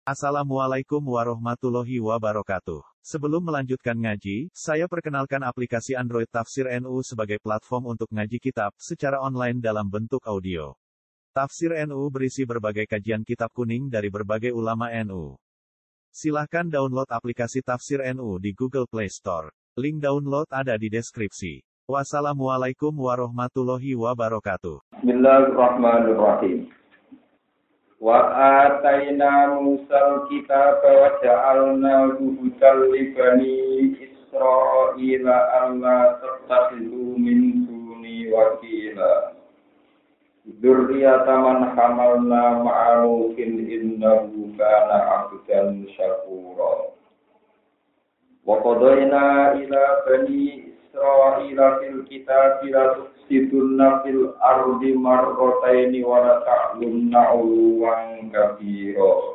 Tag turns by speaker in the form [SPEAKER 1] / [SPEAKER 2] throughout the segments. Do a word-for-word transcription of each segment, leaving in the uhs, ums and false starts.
[SPEAKER 1] Assalamualaikum warahmatullahi wabarakatuh. Sebelum melanjutkan ngaji, saya perkenalkan aplikasi Android Tafsir N U sebagai platform untuk ngaji kitab secara online dalam bentuk audio. Tafsir N U berisi berbagai kajian kitab kuning dari berbagai ulama N U. Silahkan download aplikasi Tafsir N U di Google Play Store. Link download ada di deskripsi. Wassalamualaikum warahmatullahi wabarakatuh.
[SPEAKER 2] Bismillahirrahmanirrahim. Wa ataina Musal kitaba wa ja'alnahu hudan li bani Israila alla tattakhidhu min duni wakila. Dzurriyyata man hamalna ma'a Nuhin innahu kana 'abdan syakura. Wa qadayna ila bani Israila fil kitabi la tufsiduna fil ardi marrataini wa la ta'lunna 'uluwan kabira.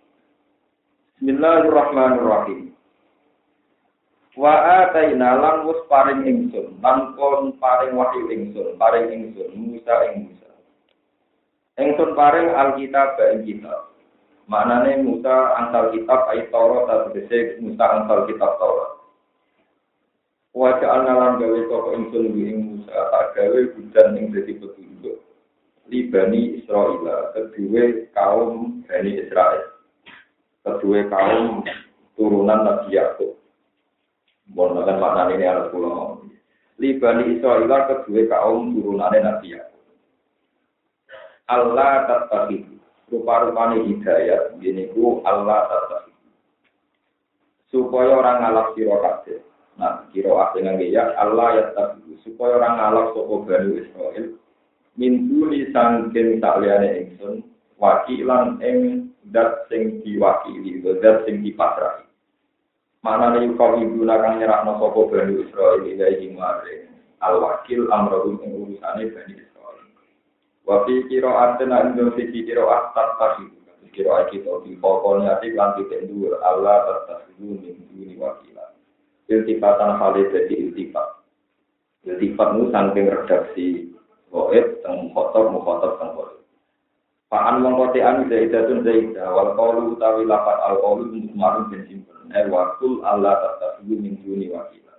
[SPEAKER 2] Bismillahirrahmanirrahim. Wa ataina lan wis paring ingsun lan kon paring wahyu ingsun paring ingsun Musa ing Musa. Ingsun paring alkitab ing kitab. Maknane Musa antal kitab ayat Taurat tegese Musa antal kitab Taurat. Wajah analan gawe toko ingsun ing Musa tak gawe hujan ing dadi petunjuk li Bani Israil, kedua kaum Bani Israil, kedua kaum turunan Nabi Yakub. Bon kan maknane ini harus kula ngomong. Li Bani Israil kedua kaum turunan Nabi Yakub. Allah tattaqi rupa-rupane hidayat niku Allah tattaqi. Supaya orang ngalap sira kabeh. Nah, kira dengan ya Allah ya tabi supaya orang ngalap sapa Bani Israil mintuli sangking sakliyane ingsun wakilan ing dat sing diwakili dat sing dipasrahi. Manane yuka ibu nakang nyerahno sapa Bani Israil ilahi mare al wakil amrun ing urusane Bani Israil. Wa fi qira'atin ando fi qira'at tattahi kira kita di pokone ati lan ditendur Allah tattahi min duni wakil. Iltifatan halid jadi iltifat. Iltifat itu saking redaksi goib, teng khotob, mukhotob, teng goib. Fa'an mengkotian zaidatun zaidah, wal qawlu utawi lafad al qawlu untuk marun dan simpen. Eh wakul Allah tattafiyu min duni wakila.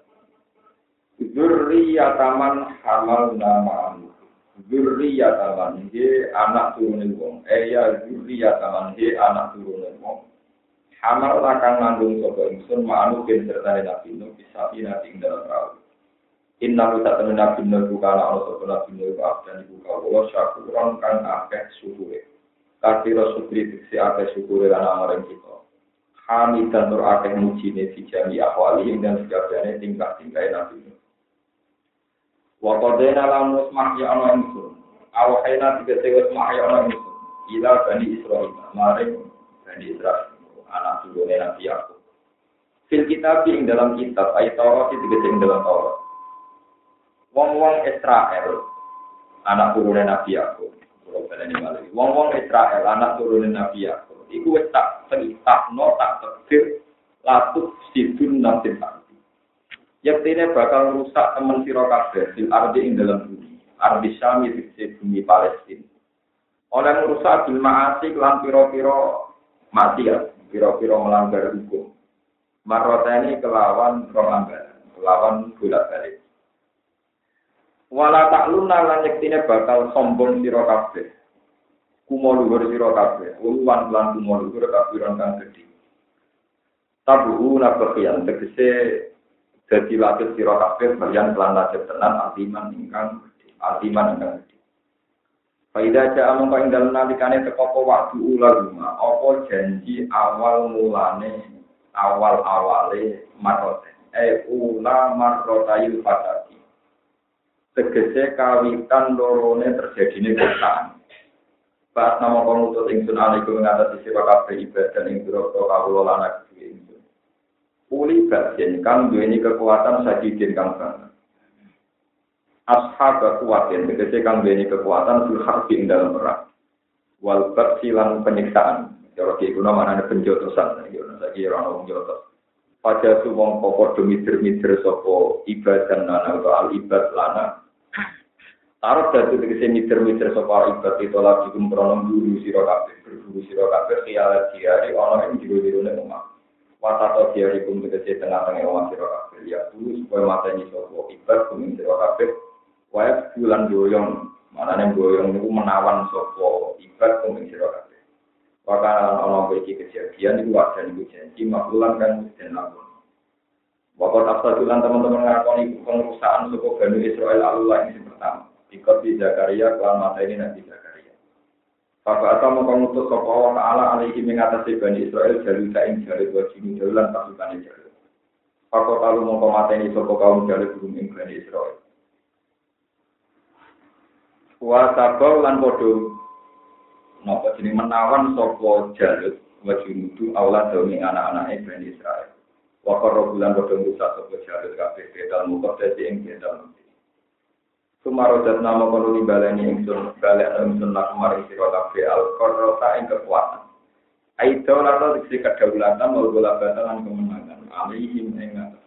[SPEAKER 2] Zurriyataman hamal nama'amu. Zurriyataman, he anak turunin wong. Eh ya zurriyataman, he anak turunin wong. Hamal akan nanggung sopo ingsun ma'anu bin sertane Nabi Nuh bisa pinati ing dalam perahu. Inna uta temen Nabi Nuh buka ala sopo Nabi Nuh abdan ibu kawula syakuran kang akeh syukure. Kasira syukri diksi akeh syukure lan amareng kita. Hamidan nur akeh mujine fi jami ahwali dan segabane tingkah-tingkahe Nabi Nuh. Wa qadena lamus mahya ana ingsun. Awhayna dikete wis mahya ana ingsun. Ila Bani Israil maring Bani Israil. Anak turune Nabi Yakub. Fil kitab ing dalam kitab ayat Taurat itu ing dalam Taurat. Wong-wong Israel anak turune Nabi Yakub. Kalau baleni malih. Wong-wong Israel anak turune Nabi Yakub. Iku wis tak perintahno tak takdir latuf sidun nasil ardi. Yaktine bakal rusak temen sira kabeh fil ardi ing dalam bumi. Ardi Syam iki bumi Palestina. Oleh merusak bil ma'asi lan pira-pira maksiat. Piro-piro melanggar hukum. Maroteni kelawan romambar, kelawan bolak-balik. Wala takluna lan yektine bakal sombong sira kabeh. Kumo luhur sira kabeh, uluwan lan kumo luhur kafiran kang gedhe. Tabu nabahian tegese dadi latih sira kabeh bayan lan latih tenan altiman ingkang altiman ingkang gedhe. Faida ja'a mongko ing dalem nalikane teko apa waktu ulama apa janji awal mulane awal-awale marote e ula marotayil fatati tegese kawitan lorone terjadine kesalahan pas nama pangutut ingsun alaikum ngatasi sira kabeh ibadah ing pira kawula lan aku ingsun uli bagian kang duweni kekuatan sadidin kang banget. Ashab kekuatan, tegese kang duweni kekuatan fil harbi ing dalam perang. Wal silang penyiksaan. Cara iki guna manane penjotosan, iki ono saiki ora ono penjotos. Pada su wong padha mitir-mitir sapa ibadah lana atau al ibad lana. Taruh dadi tegese mider-mider sapa ibad itu lagi kumprono guru sira kabeh, berburu sira kabeh khiyalat diari ana ing jero-jerone omah. Watato diari kum tegese tengah-tengah omah sira kabeh ya dulu supaya mateni sapa ibad kum sira kabeh wae bulan doyong, manane doyong niku menawan sapa ibad kum sira kabeh. Wakana ana iki kejadian iku wajan iku janji maklulan kan den lakon. Waktu tafsiran teman-teman ngakoni pengurusan saka Bani Israel Allah yang pertama. Ikut di Zakaria, kelan mata ini Nabi Zakaria. Fakta atau mengutus sapa Allah Taala alaihi mengatasi Bani Israel jalur ing jalur wajib jalan pasukan jalur. Fakta lalu mongko mateni sapa kaum jalur burung ing Bani Israel. Wa sabau lan padha napa jeneng menawan sapa jalur wajib nudu Allah demi anak-anake Bani Israel. Wa qarra bulan padha rusak sapa jalur kabeh ketal muktes ing ketal. Sumarodat nama kono nimbalani ingsun balik ingsun nak mari sira kabeh al-qarra ta ing kekuatan. Aida ora diksi kedaulatan mau golabatan kemenangan alihim ing atas.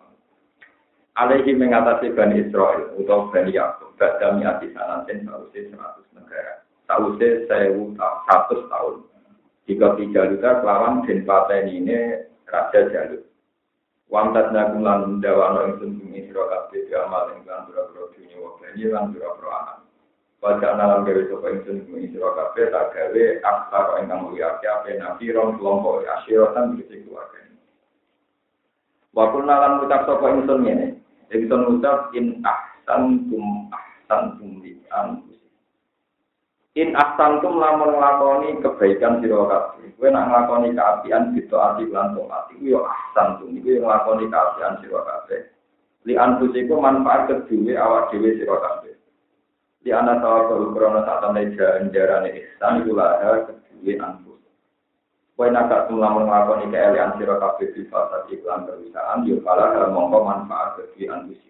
[SPEAKER 2] Alihim ing atas Bani Israil utawa Bani Yakub badami ati sanaten sawise seratus negara. Sawise seratus tahun. Jika dijaluka kelawan den patenine Raja Jalut. Wamtat nakum lan dawana ingsun bumi sira kabeh amal ing lan pira-pira dunya wabani lan pira-pira anak. Pada nalam gawe sapa ingsun bumi sira kabeh tak gawe aksara ingkang mulia kabeh nabi rong kelompok asyiratan iki keluarga. Waktu nalam ucap sapa ingsun ngene, ingsun ucap in ahsantum ahsantum li anfusikum. In ahsantum lamun nglakoni kebaikan sira kabeh. Kowe nak nglakoni kaapian ditaati lan taat iku ya ahsantum iku ya nglakoni kaapian sira kabeh. Li anfusikum manfaat kedue awak dhewe sira kabeh. Di ana sawal krana satane janjarane ihsan iku laha kedue anfus. Kowe nak lamun nglakoni keelian sira kabeh sifat iklan perusahaan yo pala mongko manfaat kedue anfus.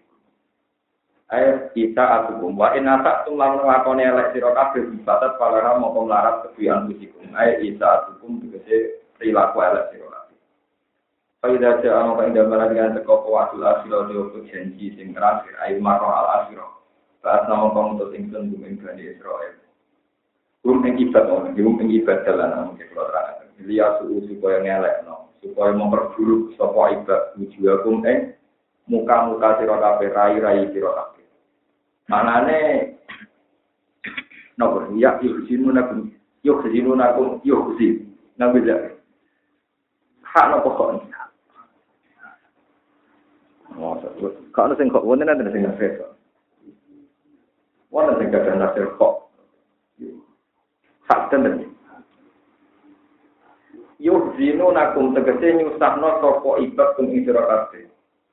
[SPEAKER 2] Ayat kita atukum wa in atatum lamun lakone elek sira kabeh batat palara mongko mlarat kebian kusikum ayat kita atukum tegese perilaku elek sira kabeh. Faida ja ana kang damel dengan teko kuwatul akhir yo janji sing terakhir ayat maro al akhir. Saat nama kamu ingsun bumi Bani Israel. Bum ing ibad ono, bum ing ibad dalan mungkin kula terangkan. Liya suhu supaya ngelekno, supaya memperburuk sapa ibad wujuhakum ing muka-muka sira kabeh rai-rai sira kabeh. Manane nomor ya yusinu nakum yusinu nakum yusin nabi jak hak nopo kok oh kalau sing kok wonten ada sing nafsu wonten sing kadang nafsu kok hak tenan yusinu nakum tegese nyusahno sapa ibad kum sira kabeh.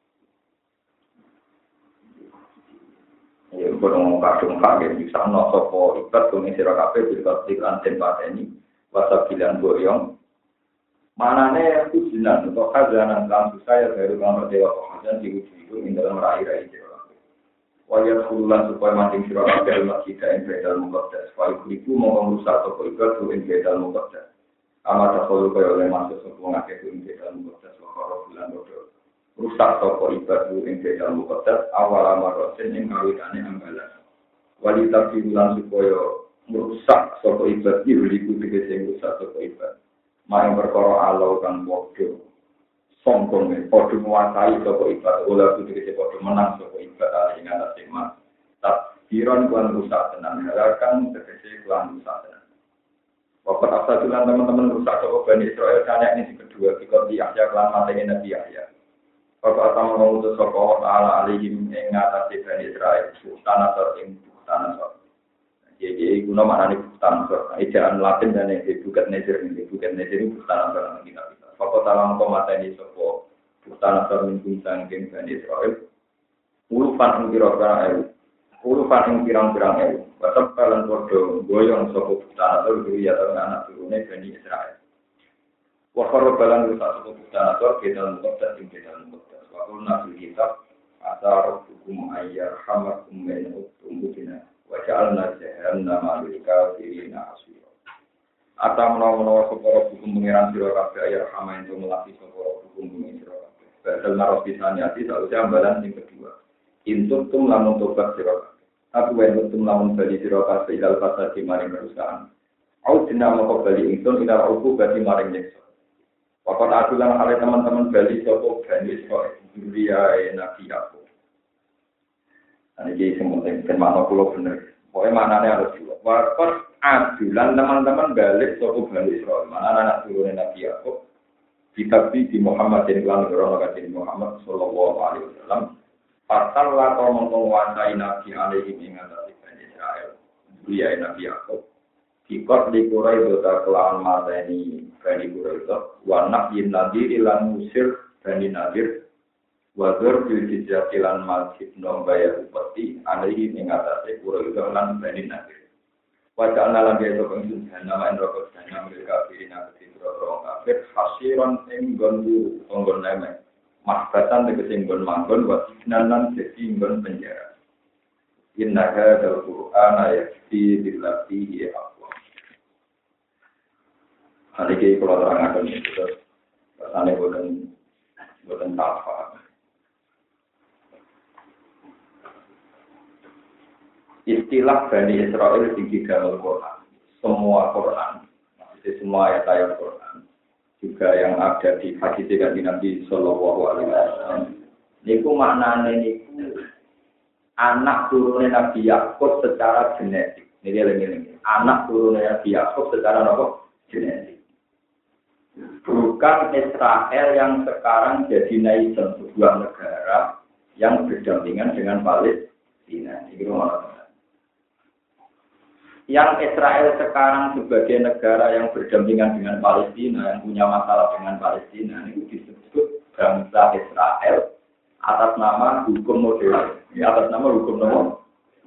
[SPEAKER 2] Ya, kalau kadung kaget bisa no sopo ibat kumi sira kabeh bilkot iklan den pateni wasa bilan boyong manane kujinan atau kazanan lan saya baru kamar dewa kehadiran di wujud ing dalam rai-rai sira kabeh wayat kulan supaya mancing sira kabeh masjid ing bedal muqaddas wa iku mongko rusak sopo ibat ing bedal muqaddas amata kolo kaya oleh masuk sopo ngake ing bedal muqaddas wa karo bulan bodoh rusak toko ibadah ing bedal muqaddas awal amarosen ing kawitane ambalan wali tafiulan supaya merusak toko ibadah iku tegese rusak toko ibadah maring perkara Allah kang padha sombong padha nguasai toko ibadah ora tegese padha menang toko ibadah ing atase mas takdiran kuwi rusak tenan halakan tegese kuwi rusak tenan. Waktu asal teman-teman rusak toko Bani Israel kan ini kedua dikon di Yahya kelan matene Nabi Yahya. Waktu asal mengutus sapa Allah Taala alaihim ing ngatasi Bani Israil tanasor ing tanasor. Jadi guna maknane tanasor. Ejaan Latin dan bukan nezir ini bukan nezir itu tanasor nang kita. Waktu talang komateni sapa tanasor min kunsang ing Bani Israil. Ulufan ing kira-kira ayu. Ulufan ing pirang-pirang ayu. Wasap kalan podo goyong sapa tanasor dhewe ya anak turune Bani Israil. Waktu balang rusak sapa tanasor kedal muqaddas ing kedal Kulna fil kitab asar hukum ayyar hamakum min utumudina wa ja'alna jahannama lil kafirina asira. Ata menawa-menawa seporo hukum pengiran sira kabeh ayyar hama ento melati seporo hukum pengiran sira kabeh. Badal naros pisani ati sausé ambalan sing kedua. Intuk tum lamun tobat sira kabeh. Aku wae mutum lamun bali sira kabeh ilal fasadi maring kerusakan. Au dinamo kok bali ingsun ila uku bali maring nyekso. Waktu aku lan hale teman-teman bali sapa bali sira duriya nabi aku. Ane iki sing penting ben makna kula bener. Pokoke maknane harus juga. Waktu adulan teman-teman balik sapa bali sira mana anak turune nabi aku. Kitab di Muhammadin lan ora kanjeng Muhammad sallallahu alaihi wasallam. Pasal la ngomong wasai nabi alaihi ing atase Bani Israil. Dia nabi Yakub. Dikot di Quraisy ta kelawan mateni Bani Quraisy wa nabi nadir lan musir Bani Nadir. Wa dzur bil jizatilan masjid nombaya upeti alaihi ing atase Quraisy lan Bani Nadir. Wa ta'ala lan ya sopeng nama endroko sana mereka pirina kesidro kafir hasiran ing gondu nggon neme. Makbatan tegesi nggon manggon wasinan lan jadi nggon penjara. Innaha dal Qur'an ayati billati aqwa. Hari ini kalau terangkan itu, rasanya bukan bukan apa. Istilah Bani Israil tinggi dalam Quran. Semua Quran, maksudnya semua ayat-ayat Quran. Juga yang ada di hadis dari Nabi Sallallahu Alaihi Wasallam. Niku maknanya niku anak turunnya Nabi Yakub secara genetik. Ini lagi-lagi. Anak turunnya Nabi Yakub secara apa? Genetik. Bukan Israel yang sekarang jadi nation sebuah negara yang berdampingan dengan Palestina. Ini mana? Yang Israel sekarang sebagai negara yang berdampingan dengan Palestina, yang punya masalah dengan Palestina, itu disebut bangsa Israel atas nama hukum modern, ya, atas nama hukum modern.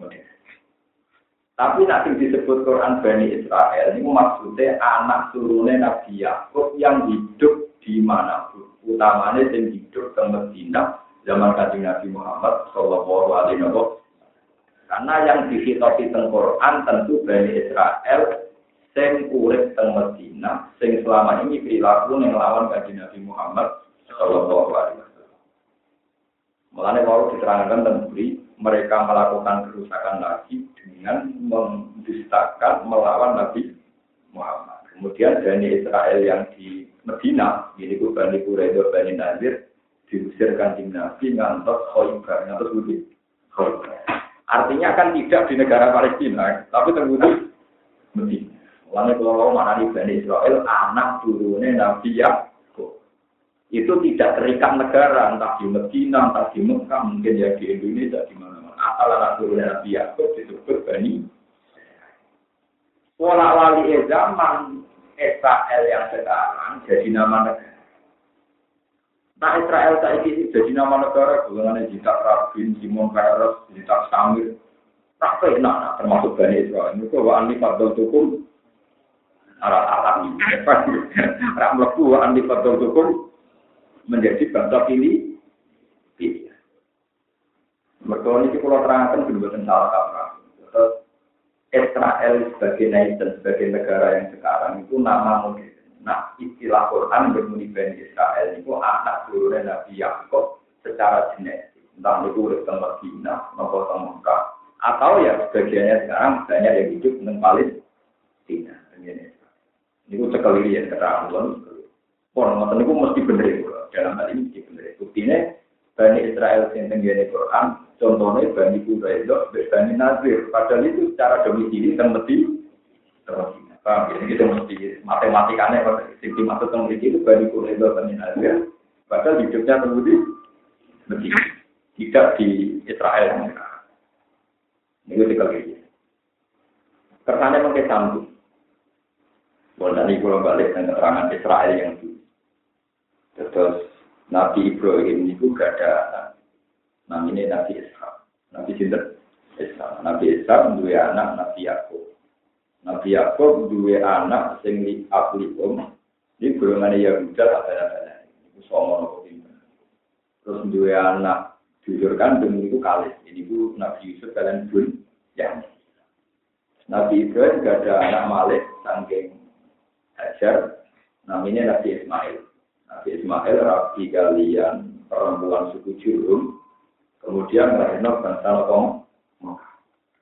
[SPEAKER 2] Tapi nanti disebut Quran Bani Israel, ini maksudnya anak turunnya Nabi Yakub yang hidup di manapun, utamanya yang hidup di Medina zaman Kanjeng Nabi Muhammad Sallallahu Alaihi Wasallam. Karena yang dihitopi teng Quran tentu Bani Israel sing urip teng Medina, sing selama ini perilaku yang lawan Kanjeng Nabi Muhammad sallallahu alaihi wasallam. Mulane mau diterangkan tentang mereka melakukan kerusakan lagi dengan mendustakan melawan Nabi Muhammad. Kemudian Bani Israel yang di Medina, ini ku Bani Quraisy, Bani Nadir, diusir Kanjeng Nabi ngantos Khaybar, ngantos Budi. Khaybar. Artinya kan tidak di negara Palestina, tapi terbukti Medina. Mulanya kalau mana di Bani Israel, anak turunnya Nabi Yakub. Itu tidak terikat negara, entah di Medina, entah di Mekah, mungkin ya di Indonesia, di mana-mana. Asal anak turunnya Nabi Yakub disebut Bani. Pola wali zaman Israel yang sekarang jadi nama negara. Nah Israel saat ini jadi nama negara, golongannya Jitak Rabin, Simon Peres, Jitak Samir, tak pernah termasuk Bani Israel. Itu bahwa Andi Fadl Tukum, alat-alat ini, rak melebu bahwa Andi Fadl Tukum menjadi bangsa pilih, pilih. Mereka ini kalau terangkan benar-benar salah kaprah. Terus Israel sebagai nation, sebagai negara yang sekarang itu nama modern. Nah, istilah Quran bermuni Bani Israel itu anak turunnya Nabi Yakub secara genetik. Entah itu urip teng Medina, atau teng Mekah, atau ya sebagiannya sekarang banyak yang hidup di Palestina. Ini itu sekali ya keterangan. Pon, ngoten niku mesti bener itu. Dalam hal ini mesti bener. Buktinya Bani Israel yang tenggene Quran, contohnya Bani Quraisy, Bani Nadir. Padahal itu secara domisili teng Medina. Paham ya, itu mesti matematikanya, sing dimaksud tentang itu Bani Quraisy Bani Nadir, padahal hidupnya terbukti Medina, tidak di Israel. Ini sekali. Kesannya mungkin sambung. Kalau nanti kalau balik dengan keterangan Israel yang dulu, terus Nabi Ibrahim itu gak ada namanya Nabi Ishak, Nabi Sinter Ishak, Nabi Ishak dua anak Nabi Yakub. Nabi Yakub dua anak sing li aplikum di golongan Yahuda ada-ada. Iku somo nopo pinten. Terus dua anak dijurkan dengan itu kalis. Ini bu Nabi Yusuf kalian pun yang Nabi Ibrahim gak ada anak Malik saking Hajar, namanya Nabi Ismail. Nabi Ismail rabi kalian perempuan suku Jurhum, kemudian melahirkan bangsa Nokong.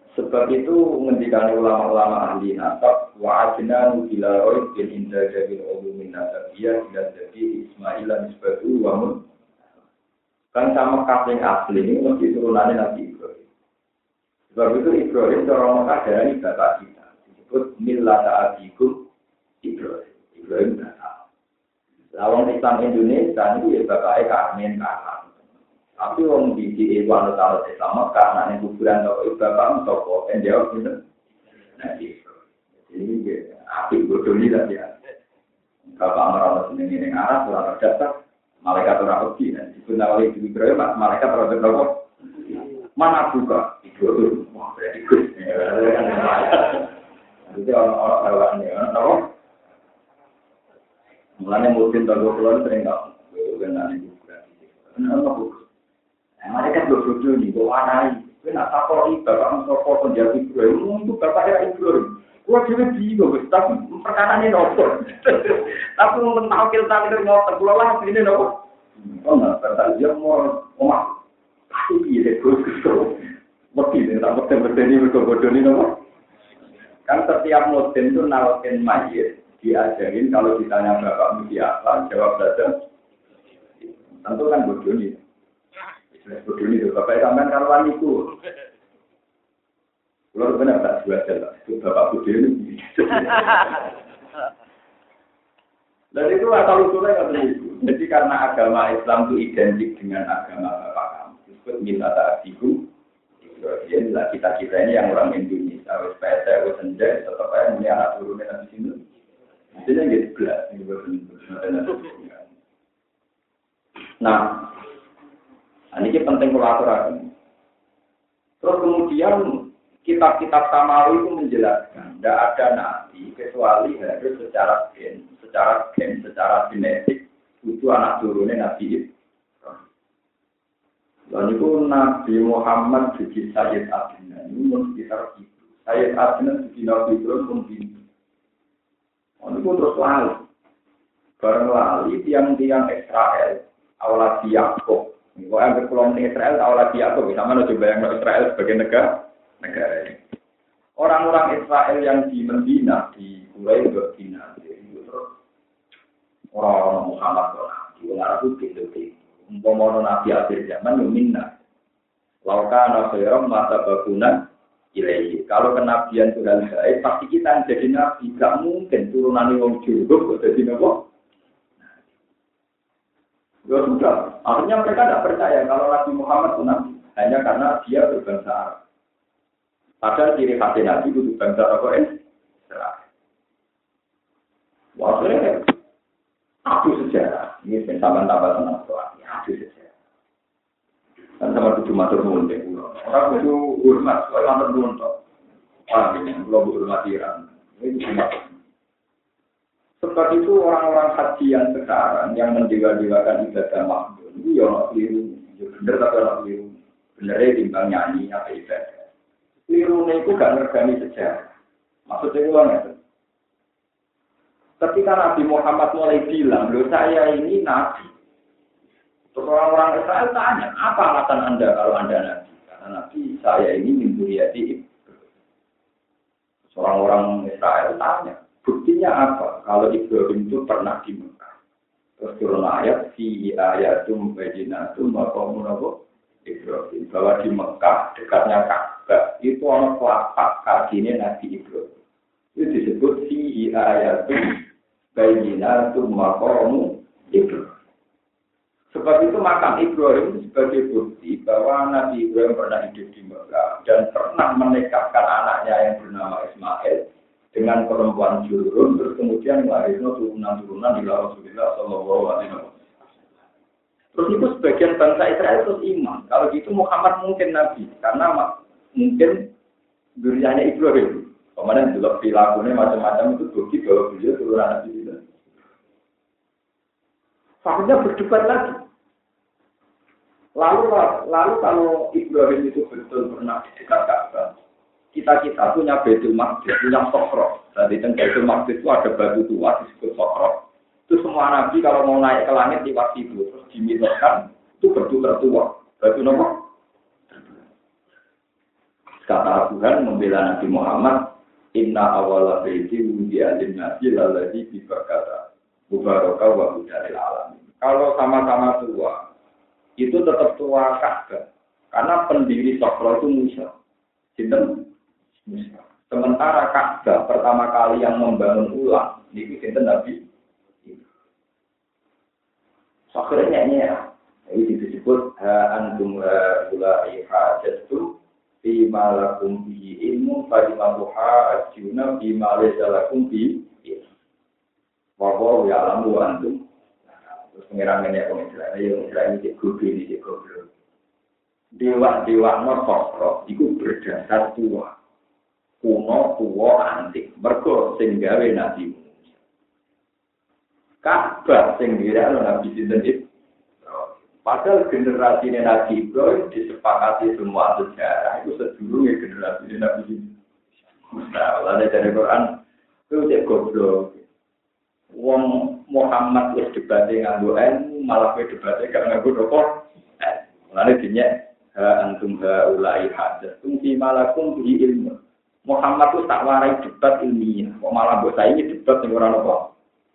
[SPEAKER 2] Sebab itu menghentikan ulama-ulama ahli nasab wa ajna nubila roy bin inda jabil ulumin nasabiyah dan jadi Ismail nisbatu wa mun kan sama kasing asli ini mesti turunannya Nabi Ibrahim. Sebab itu Ibrahim orang Mekah dari bapak kita disebut millata abikum Ibrahim. Ibrahim bapak. Lawan Islam Indonesia itu ya bapaknya Karmen kakak. Tapi orang di di Iwan kalau Islam karena ini kuburan toko bapak toko dan jawab gitu. Nah ini api bodoh ini lah ya. Bapak merawat sendiri yang arah surat terdaftar malaikat orang uji dan disebut oleh Ibu Ibrahim malaikat orang terdaftar mana buka Ibrahim wah berarti gus. Itu orang-orang bawaannya orang tahu. Mulanya mungkin toko pulau sering tahu. Benar ini kuburan. Kenapa buka? Mereka berbodoh nih, bawa anai. Kena takoi bapak Mustafa penjara Ibrahim, itu bapaknya Ibrahim. Gua juga bingung, tapi perkaranya nopor. Tapi untuk tampil tampil motor, gua lah ini nopor. Oh nggak, kata dia mau omah. Pasti dia terus terus. Mesti dia tak mesti berdeni berbodoh nih nopor. Kan setiap musim itu nawakin mayit, diajarin kalau ditanya bapak mesti apa, jawab saja. Tentu kan bodoh nih. Bodoh ini tuh, bapak sampean karuan itu. Kalau benar tak jual jalan, itu bapak bodoh ini. Dan itu asal usulnya kan itu. Jadi karena agama Islam itu identik dengan agama bapak kamu, disebut minta ta'adiku. Inilah kita kita ini yang orang Indonesia, wes P S, wes Senja, tetap aja punya anak turunnya di sini. Jadi gitu belas, ini benar. Nah. Ini penting kolaborasi. Terus kemudian kitab-kitab Samawi itu menjelaskan tidak ada nabi kecuali harus secara gen, secara gen, secara genetik itu anak turunnya Nabi Ibrahim. Dan itu Nabi Muhammad jadi Sayyid Adnan ini pun sekitar itu. Sayyid Adnan jadi Nabi Ibrahim pun itu. Itu terus lalu. Barang lali tiang-tiang Israel, awal Yakub. Kalau yang berkelompok Israel, tahu lagi apa? Sama lo coba yang Israel sebagai negara, negara ini. Orang-orang Israel yang di Medina, di Quraisy, Medina, itu terus orang Muhammad di Arab itu gitu. Umpama Nabi akhir zaman Minna. Lauka nafiram mata bagunan ilahi. Kalau kenabian Tuhan baik, pasti kita jadi nabi. Gak mungkin turunan yang jujur kok jadi nabi. Ya sudah, akhirnya mereka tidak percaya kalau Nabi Muhammad itu Nabi, hanya karena dia berbangsa Arab. Padahal ciri khas Nabi itu berbangsa Arab Israel. Wah, sebenarnya adu sejarah. Ini tambah-tambah tentang soal adu sejarah. Dan sama tujuh matur nuwun deh, orang itu hormat, soal matur nuwun toh. Wah, ini belum hormati Iran. Ini cuma. Sebab itu orang-orang haji yang sekarang yang mendewa-dewakan ibadah makhluk itu ya orang keliru, bener tapi orang keliru, benernya timbang nyanyi apa ibadah. Kelirunya itu gak ngergani sejarah. Maksudnya itu orang itu. Ketika Nabi Muhammad mulai bilang, loh saya ini Nabi. Terus orang-orang Israel tanya, apa alasan Anda kalau Anda Nabi? Karena Nabi saya ini menduriati itu. Orang-orang Israel tanya. Buktinya apa? Kalau Ibrahim itu pernah di Mekah. Terus turun ayat, fi ayatum bajinatum maqamun apa? Ibrahim. Bahwa di Mekah, dekatnya Ka'bah, itu orang telapak kakinya Nabi Ibrahim. Itu disebut fi ayatum bajinatum maqamun Ibrahim. Sebab itu makam Ibrahim itu sebagai bukti bahwa Nabi Ibrahim pernah hidup di Mekah dan pernah menikahkan anaknya yang bernama Ismail dengan perempuan jurun, terus kemudian melahirkan turunan-turunan di Rasulullah Shallallahu Alaihi Wasallam. Terus itu sebagian bangsa Israel terus iman. Kalau gitu Muhammad mungkin Nabi, karena mungkin duriannya Ibrahim. Kemudian juga perilakunya macam-macam itu bukti bahwa beliau turunan Nabi itu. Akhirnya berdebat lagi. Lalu, lalu kalau Ibrahim itu betul pernah di dekat Ka'bah. Kita-kita punya Baitul Maqdis, punya Sokro. Jadi di Baitul Maqdis itu ada batu tua disebut Sokro. Itu semua nabi kalau mau naik ke langit di waktu itu terus dimintakan itu batu tertua. Batu nomor. Kata Tuhan membela Nabi Muhammad, Inna awala baiti wudi'a lin-nasi lalladzi bi Bakkah mubaraka wa hudan lil alamin. Kalau sama-sama tua, itu tetap tua Ka'bah. Karena pendiri Sokro itu Musa. Sinten? Musa. Sementara Ka'bah pertama kali yang membangun ulang, itu sinten Nabi. Sokrenya ya. Ini disebut ha antum ulai hajatu fi malakum bi ilmu fa imamuha ajuna bi malazalakum bi wa wa ya alamu antum. Terus pengiran ini aku Israel, yang Israel ini gobi ini goblok. Dewa-dewa Sokro itu berdasar tua, kuno, tua, antik. Mergo sing gawe Nabi Musa. Ka'bah sing dirakno Nabi sinten iki? Padahal generasi Nabi Ibrahim disepakati semua sejarah itu sedurunge generasi Nabi Musa. Lalu dari Quran itu cek goblok. Wong Muhammad wis debate nganggo ilmu, malah kowe debate gak nganggo apa? Eh, mulane dinyek ha antum ha ulai hadatsum fi malakum bi ilmu. Muhammad itu tak warai debat ilmiah, kok malah mbok saiki debat sing ora apa.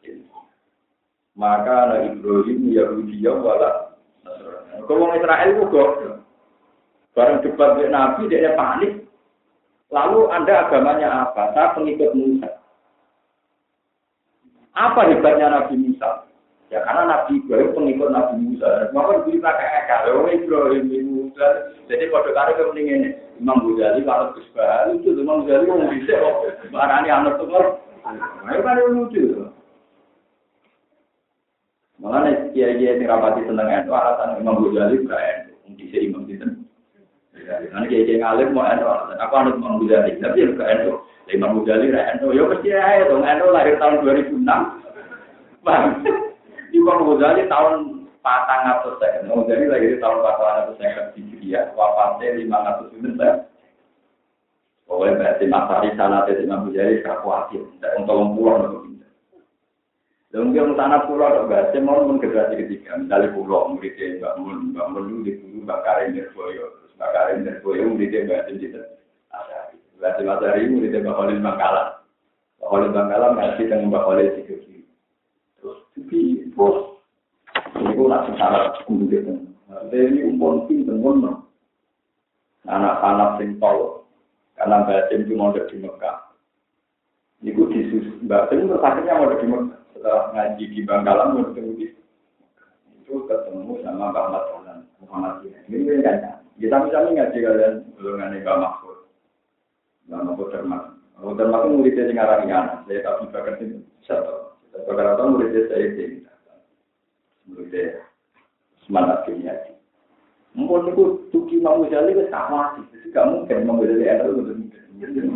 [SPEAKER 2] Maka ana Ibrahim Yahudiyah wala Nasrani. Kalau Israel itu goblok. Bareng debat dengan Nabi dia panik. Lalu Anda agamanya apa? Saya pengikut Musa. Apa hebatnya Nabi Musa? Ya karena Nabi Ibrahim pengikut Nabi Musa. Maka diberi pakai kalau Ibrahim Musa. Jadi pada kali kepentingan Imam Ghazali kalau Gus Bahal itu Imam Ghazali mau bisa kok. Barani anak tumor. Ayo kan lucu. Makanya kiai-kiai yang rapati tentang itu alasan Imam Ghazali bukan itu. Bisa Imam itu. Karena kiai-kiai ngalim mau itu alasan. Aku anak Imam Ghazali tapi bukan itu. Imam Ghazali ra ento, ya mesti ae dong, ento lahir tahun dua ribu enam. Bang. Imam Ghazali tahun empat ratus saya. Imam Ghazali lahir tahun empat ratus saya Hijriah, wafatnya lima ratus sembilan. Pokoknya berarti masari sanate Imam Ghazali gak kuatir, ndak tolong pulau nang pindah. Lha mung tanah pulau kok berarti mau mun generasi ketiga, misalnya pulau muridé Mbak Mun, Mbak Mun di dulu Bakare Nirboyo, terus Bakare Nirboyo muridé Mbak Sinten. Berarti materi murid Mbak Khalil Bangkalan. Mbak Khalil Bangkalan ngaji dengan Mbak Khalil Sikiri. Terus di pos. Ini pun nak secara kumpul. Maksudnya ini umpun pinten ngono. Anak-anak sing tol. Karena Mbak Jem cuma ada di Mekah. Ini ku disus. Mbak Jem terus akhirnya mau di Mekah. Setelah ngaji di Bangkalan mau ketemu di itu ketemu sama Mbak Ahmad Solan. Muhammad ini. Ini kan. Kita misalnya ngaji kalian golongan Mbak Mahfud. Nama Bodarman. Bodarman itu muridnya yang ngarang anak. Saya tak bisa kasih satu. Sebagai apa muridnya saya ini. Muridnya semangat kimia. Mungkin itu tuki Imam Ghazali itu sama sih. Jadi gak mungkin Imam Ghazali ada itu betul.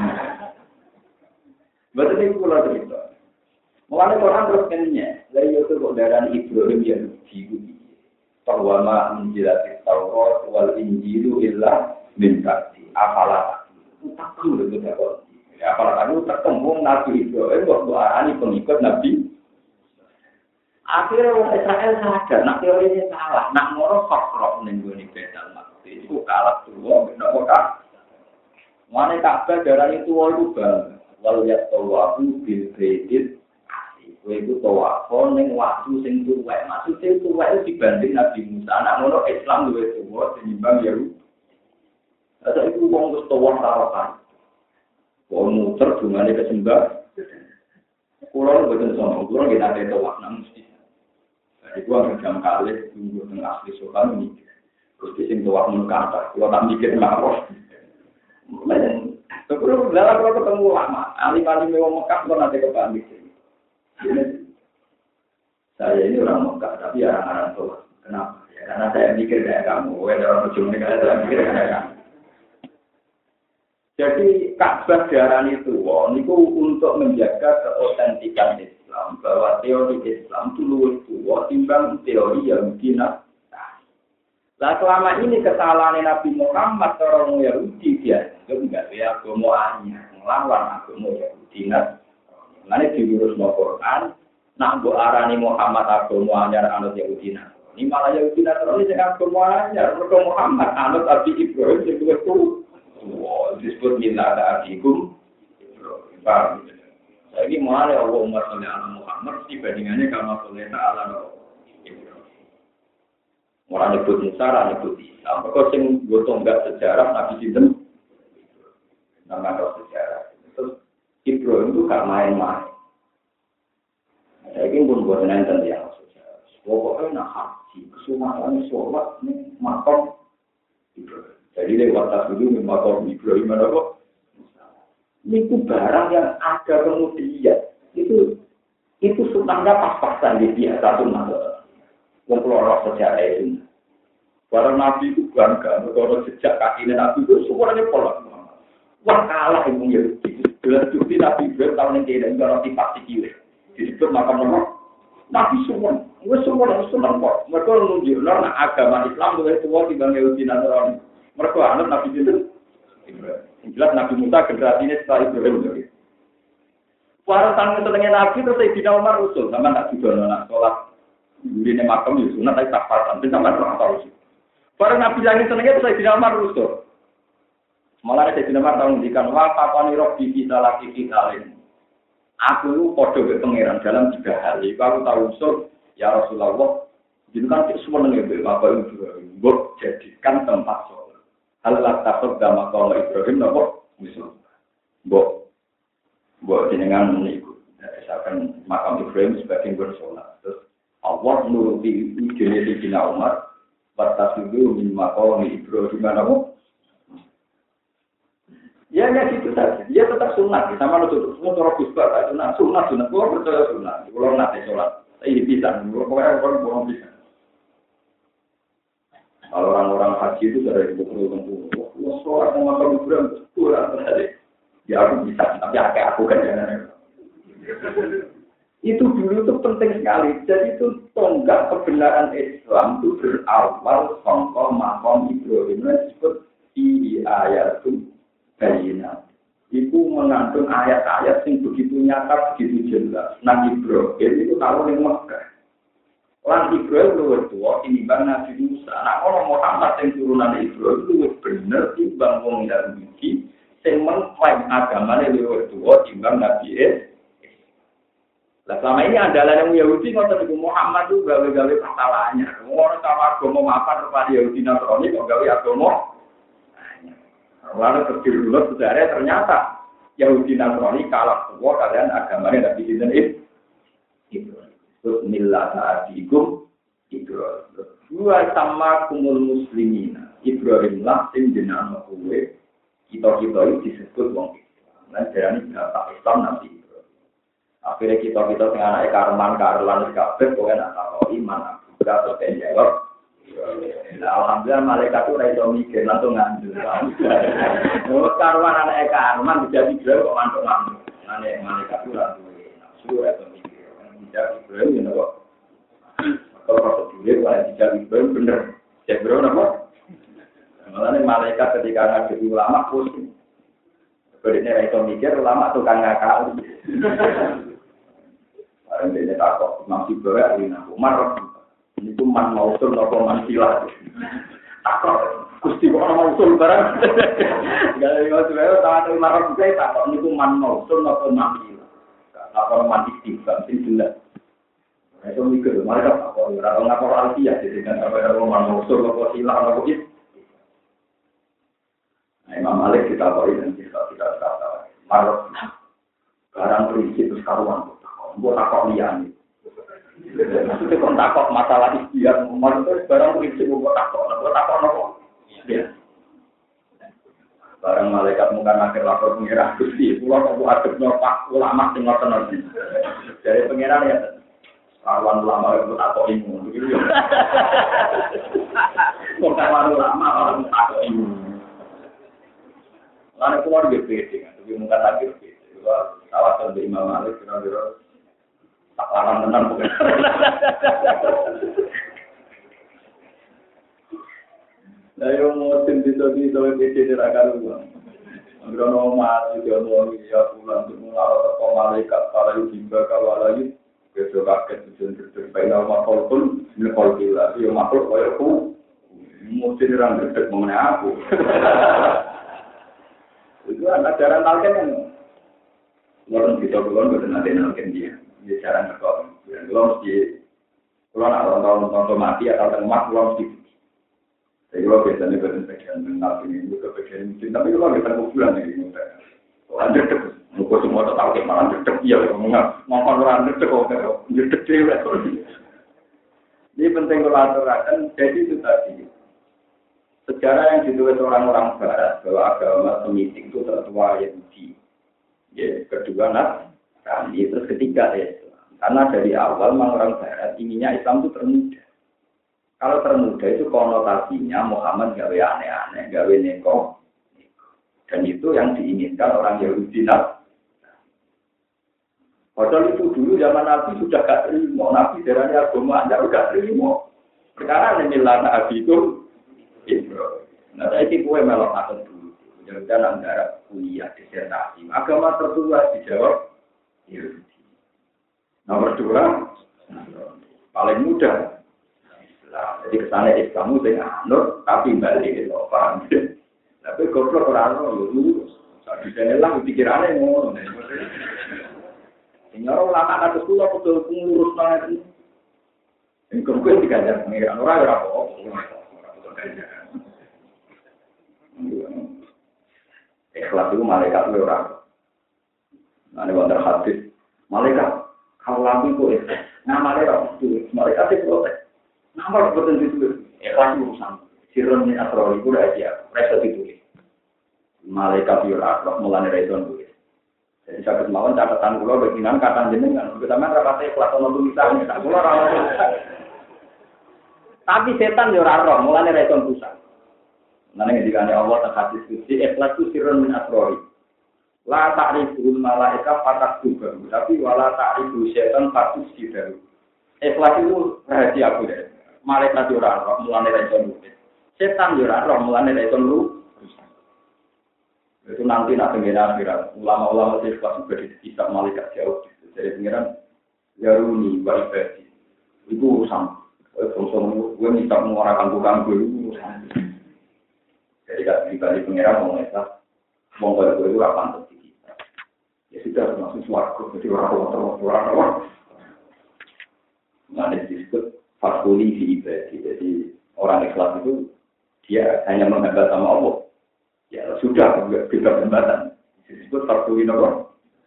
[SPEAKER 2] Betul itu pula cerita. Mulanya Quran terus kennya. Dari itu kok darah Ibrahim yang diikuti. Perwama menjilati Taurat wal Injilu illa min ba'di. Apalah takut itu dapat. Ya apalagi ketemu Nabi Ibrahim waktu arani pengikut Nabi. Akhirnya orang Israel sadar, nak teorinya salah, nak ngoro Sokro nenggoni Baitul Maqdis itu kalah tua, benar kok? Mana Ka'bah darah itu walu bang, walu ya tawafu bil baitil asih. Itu tawafu neng waktu sing tuwa, maksudnya tuwa itu dibanding Nabi Musa. Nak ngoro Islam dua tuwa dinimbang Yahudi. Ada itu uang terus tawar tarakan, uang muter bunganya kesembah. Pulau betul sama, pulau kita ada tawar namun mesti. Jadi gua ngejam kali tunggu tengah asli sokan ini, terus dising tawar menukar. Kalau tak mikir ngapos, macam. Terus dalam kalau ketemu lama, alim-alim yang Mekah pun ada kebalik. Saya ini orang Mekah, tapi orang-orang tua. Kenapa? Ya, karena saya mikir kayak kamu, ada orang ujung negara saya mikir kayak kamu. Jadi Ka'bah diarani tuwa niku untuk menjaga keautentikan Islam, bahwa teori Islam itu luwih tuwa timbang teori Yahudi. Nah, selama ini kesalahan Nabi Muhammad orang Yahudi dia enggak ya agama anyar, nglawan agama Yahudi. Nah, ngene diurus no Quran, nak mbok arani Muhammad agama anyar anut Yahudi. Nah, ini malah Yahudi terus sing agama anyar, mergo Muhammad anut Nabi Ibrahim sing luwih tuwa. tua. Disebut milah adikum. Paham? Jadi mulai Allah umat oleh anak Muhammad dibandingannya kama oleh Ta'ala. Orang nyebut Musa, orang nyebut Isa. Mereka sing gotong enggak sejarah Nabi Sinten. Nama sejarah. Terus Ibrahim itu gak main-main. Saya ingin pun buat nonton dia. Pokoknya nak haji, kesumaran sholat ni makom Ibrahim. Jadi lewat tas dulu makom Ibrahim mana kok? Ini tu barang yang ada kemudian itu itu sunahnya pas-pasan di biasa sunah. Mempelorot sejarah itu. Para nabi itu bangga, kalau sejak kaki nabi itu semuanya pola. Wah kalah yang Yahudi. Jelas bukti Nabi Ibrahim tahun yang tidak ada roti kiri. Disebut makam nomor. Nabi semua, gue semua harus senang kok. Mereka menunjuk, nah agama Islam mulai tua dibanding Yahudi Nasrani. Mereka anut Nabi itu. Jelas Nabi Musa generasi ini setelah Ibrahim. Para tanggung senengnya Nabi terus Sayyidina Umar usul, sama nak juga nak sholat. Ini makam itu, nak tak paham, tapi sama orang tahu sih. Para Nabi yang senengnya itu Sayyidina Umar usul. Malah Sayyidina Umar tahu mendikan, wah kapan roh di kita lagi kita lain. Aku lu podo ke pangeran dalam tiga hal. Iku aku tahu usul, ya Rasulullah, itu kan semua ngebel apa itu buat jadikan tempat sholat. Halah takut sama kalau Ibrahim nopo misal, buat buat jenengan meniku. Misalkan makam Ibrahim sebagai bersolat. Terus Allah nuruti ide Sayyidina Umar, batas itu min makam Ibrahim nopo. Ya, ya gitu saja. Dia tetap sunat. Sama nutup semua cara bisbah. Sunat, sunat, sunat. Kalau percaya sunat. Kalau nanti sholat. Ini bisa. Kalau orang orang bisa. Kalau orang-orang haji itu dari ibu perlu wah, sholat sama kalau kurang kurang terjadi. Ya aku bisa. Tapi akeh aku kan jangan. Itu dulu itu penting sekali. Jadi itu tonggak kebenaran Islam itu berawal sangka makam Ibrahim disebut di ayat itu. Bayina, itu mengandung ayat-ayat yang begitu nyata, begitu jelas. Nabi Ibrahim itu tahu yang Mekah. Lan Ibrahim luwih tua tinimbang Nabi Musa. Nah, kalau Muhammad yang turunan Ibrahim luwih bener timbang wong Yahudi, sing mengklaim agamane luwih tua timbang Nabi Isa. Lah selama ini andalan yang Yahudi ngoten niku Muhammad itu gawe-gawe kesalahannya. Orang sama agama mapan rupane Yahudi Nasrani kok gawe agama. Lalu terdiri dulu sejarah ternyata Yahudi Nasrani kalah semua kalian agamanya Nabi Ibrahim. Ibrahim. Terus milah adikum Ibrahim. Dua sama kumul muslimin. Ibrahim lah sing jenama kuwe. Kita-kita itu disebut wong Islam. Nah, jadi ini bapak Islam Nabi Ibrahim. Akhirnya kita-kita sing anak karman karlan kabeh kowe nak tahu iman buka atau penjawab. Alhamdulillah malaikat itu raiso mikir langsung nganjur. Kalau karuan anak karman bisa Ibrahim kok mantuk-mantuk. Anak malaikat itu langsung nafsu raiso mikir. Bisa Ibrahim ya kok. Kalau pas dulu kalau bisa Ibrahim bener. Ibrahim apa? Malah malaikat ketika ngaji ulama pusing. Sebenarnya raiso mikir ulama tukang ngakak. Barang dia takut masih berat ini Umar. Ini tuh man mausul nopo man silah. Takut, gusti kok orang mausul barang. Gak ada masalah. Tahu tahu marah juga takut. Ini tuh man mausul nopo man silah. Takut man istiqam sih jelas. Itu mikir, mereka takut. Orang ngapor alfiah jadi kan apa yang man mausul nopo silah nopo it. Nah, Imam Malik kita tahu dan kita tidak tahu. Marah barang prinsip karuan. Buat takut lian. Maksudnya kok takut masalah ikhtiar, maksudnya barang prinsip kok takut, kok takut nopo? Ya. Barang malaikat mungkin akhir lapor pengiran Gusti, pulau kok adep nyopak ulama sing ngoten iki. Dari pengiran ya, kawan ulama itu takut ilmu, begitu ya. Kok kawan ulama orang takut ilmu. Lalu keluar G P D kan, tapi mungkin lagi G P D. Kawasan dari Imam Malik kira-kira tak larang tenan bukan. Lah yo motin bisa-bisa iki dirakan uang. Agrono mati yo ono ya pulang semua ke malaikat para himba kawalai besok kaget tujuan terbaik nama kolpun nekol bila yo makhluk koyo ku motin orang gede mengenai aku. Itu ajaran talqin kan. Orang bisa keluar betul nanti talqin dia. Dia cara berkor. Kalau mesti kalau nak orang tahun mati atau tengah kalau mesti. Jadi kalau biasanya betul bagian benar ini juga bagian mungkin. Tapi kalau kita kuburan ini lanjut terus. Muka semua talqin malah cek dia ngomong ngomong orang cek kok cek dia. Ini penting kalau aturakan. Jadi itu tadi. Sejarah yang ditulis orang-orang Barat bahwa agama Semitik itu tertua Yahudi. Ya, kedua nak kami terus ketiga Islam. Karena dari awal orang Barat inginnya Islam itu termuda. Kalau termuda itu konotasinya Muhammad gawe aneh-aneh, gawe neko. Dan itu yang diinginkan orang Yahudi nak. Padahal itu dulu zaman Nabi sudah gak terima. Nabi darahnya agama anda sudah terima. Perkara nemilah Nabi itu Ibrahim. Nah, saya tipe melok akan dulu. Jangan antara kuliah disertasi. Agama tertua dijawab Yahudi. Nomor dua, paling mudah. Islam. Jadi kesana Islam itu anut, tapi balik itu paham. Tapi goblok orang itu di sana lah pikirannya ngono. Ini orang lama atas kuliah betul pengurus nanti. Ini kemudian dikajar pengiran orang orang apa? Orang betul kajar. Ikhlas itu malaikat itu orang. Nah, ini wonder hadis. Malaikat, kalau lampu itu ikhlas. Nah, malaikat itu, malaikat itu protes. Nah, kalau betul itu, ikhlas itu urusan. Sirun min asrori, itu udah aja. Mereka ditulis. Malaikat itu orang, mulanya rezon tulis. Jadi, saya kemarin catatan kula bagian kata jenengan. Pertama, rapatnya ikhlas sama tulisannya. Tak kula rawat. Tapi setan itu orang, mulanya rezon pusat. Nanti ketika Allah tak hadis suci, ikhlas itu sirun min asrori. La ta'riful malaika fatak juga, tapi wala ta'rifu syaitan fatus sidaru. Ikhlas itu rahasia aku deh. Malaikat itu orang, mulanya rezon lupa. Setan itu orang, mulanya rezon lupa. Itu nanti nak pengenalan akhirat. Ulama-ulama ikhlas juga dihisab malaikat jauh. Jadi pengenalan Yaruni wa ibadi. Itu urusan. Gue bisa menguarakan tukang gue itu urusan. Jadi kalau pribadi pengiran mau ngelas, mau kalau itu apa untuk kita? Ya sudah langsung suaraku, jadi orang-orang orang-orang. Nah, ini disebut fakuli fi ibadi. Jadi orang ikhlas itu dia hanya menghambat sama Allah. Ya sudah, tidak hambatan. Disebut fakuli nomor.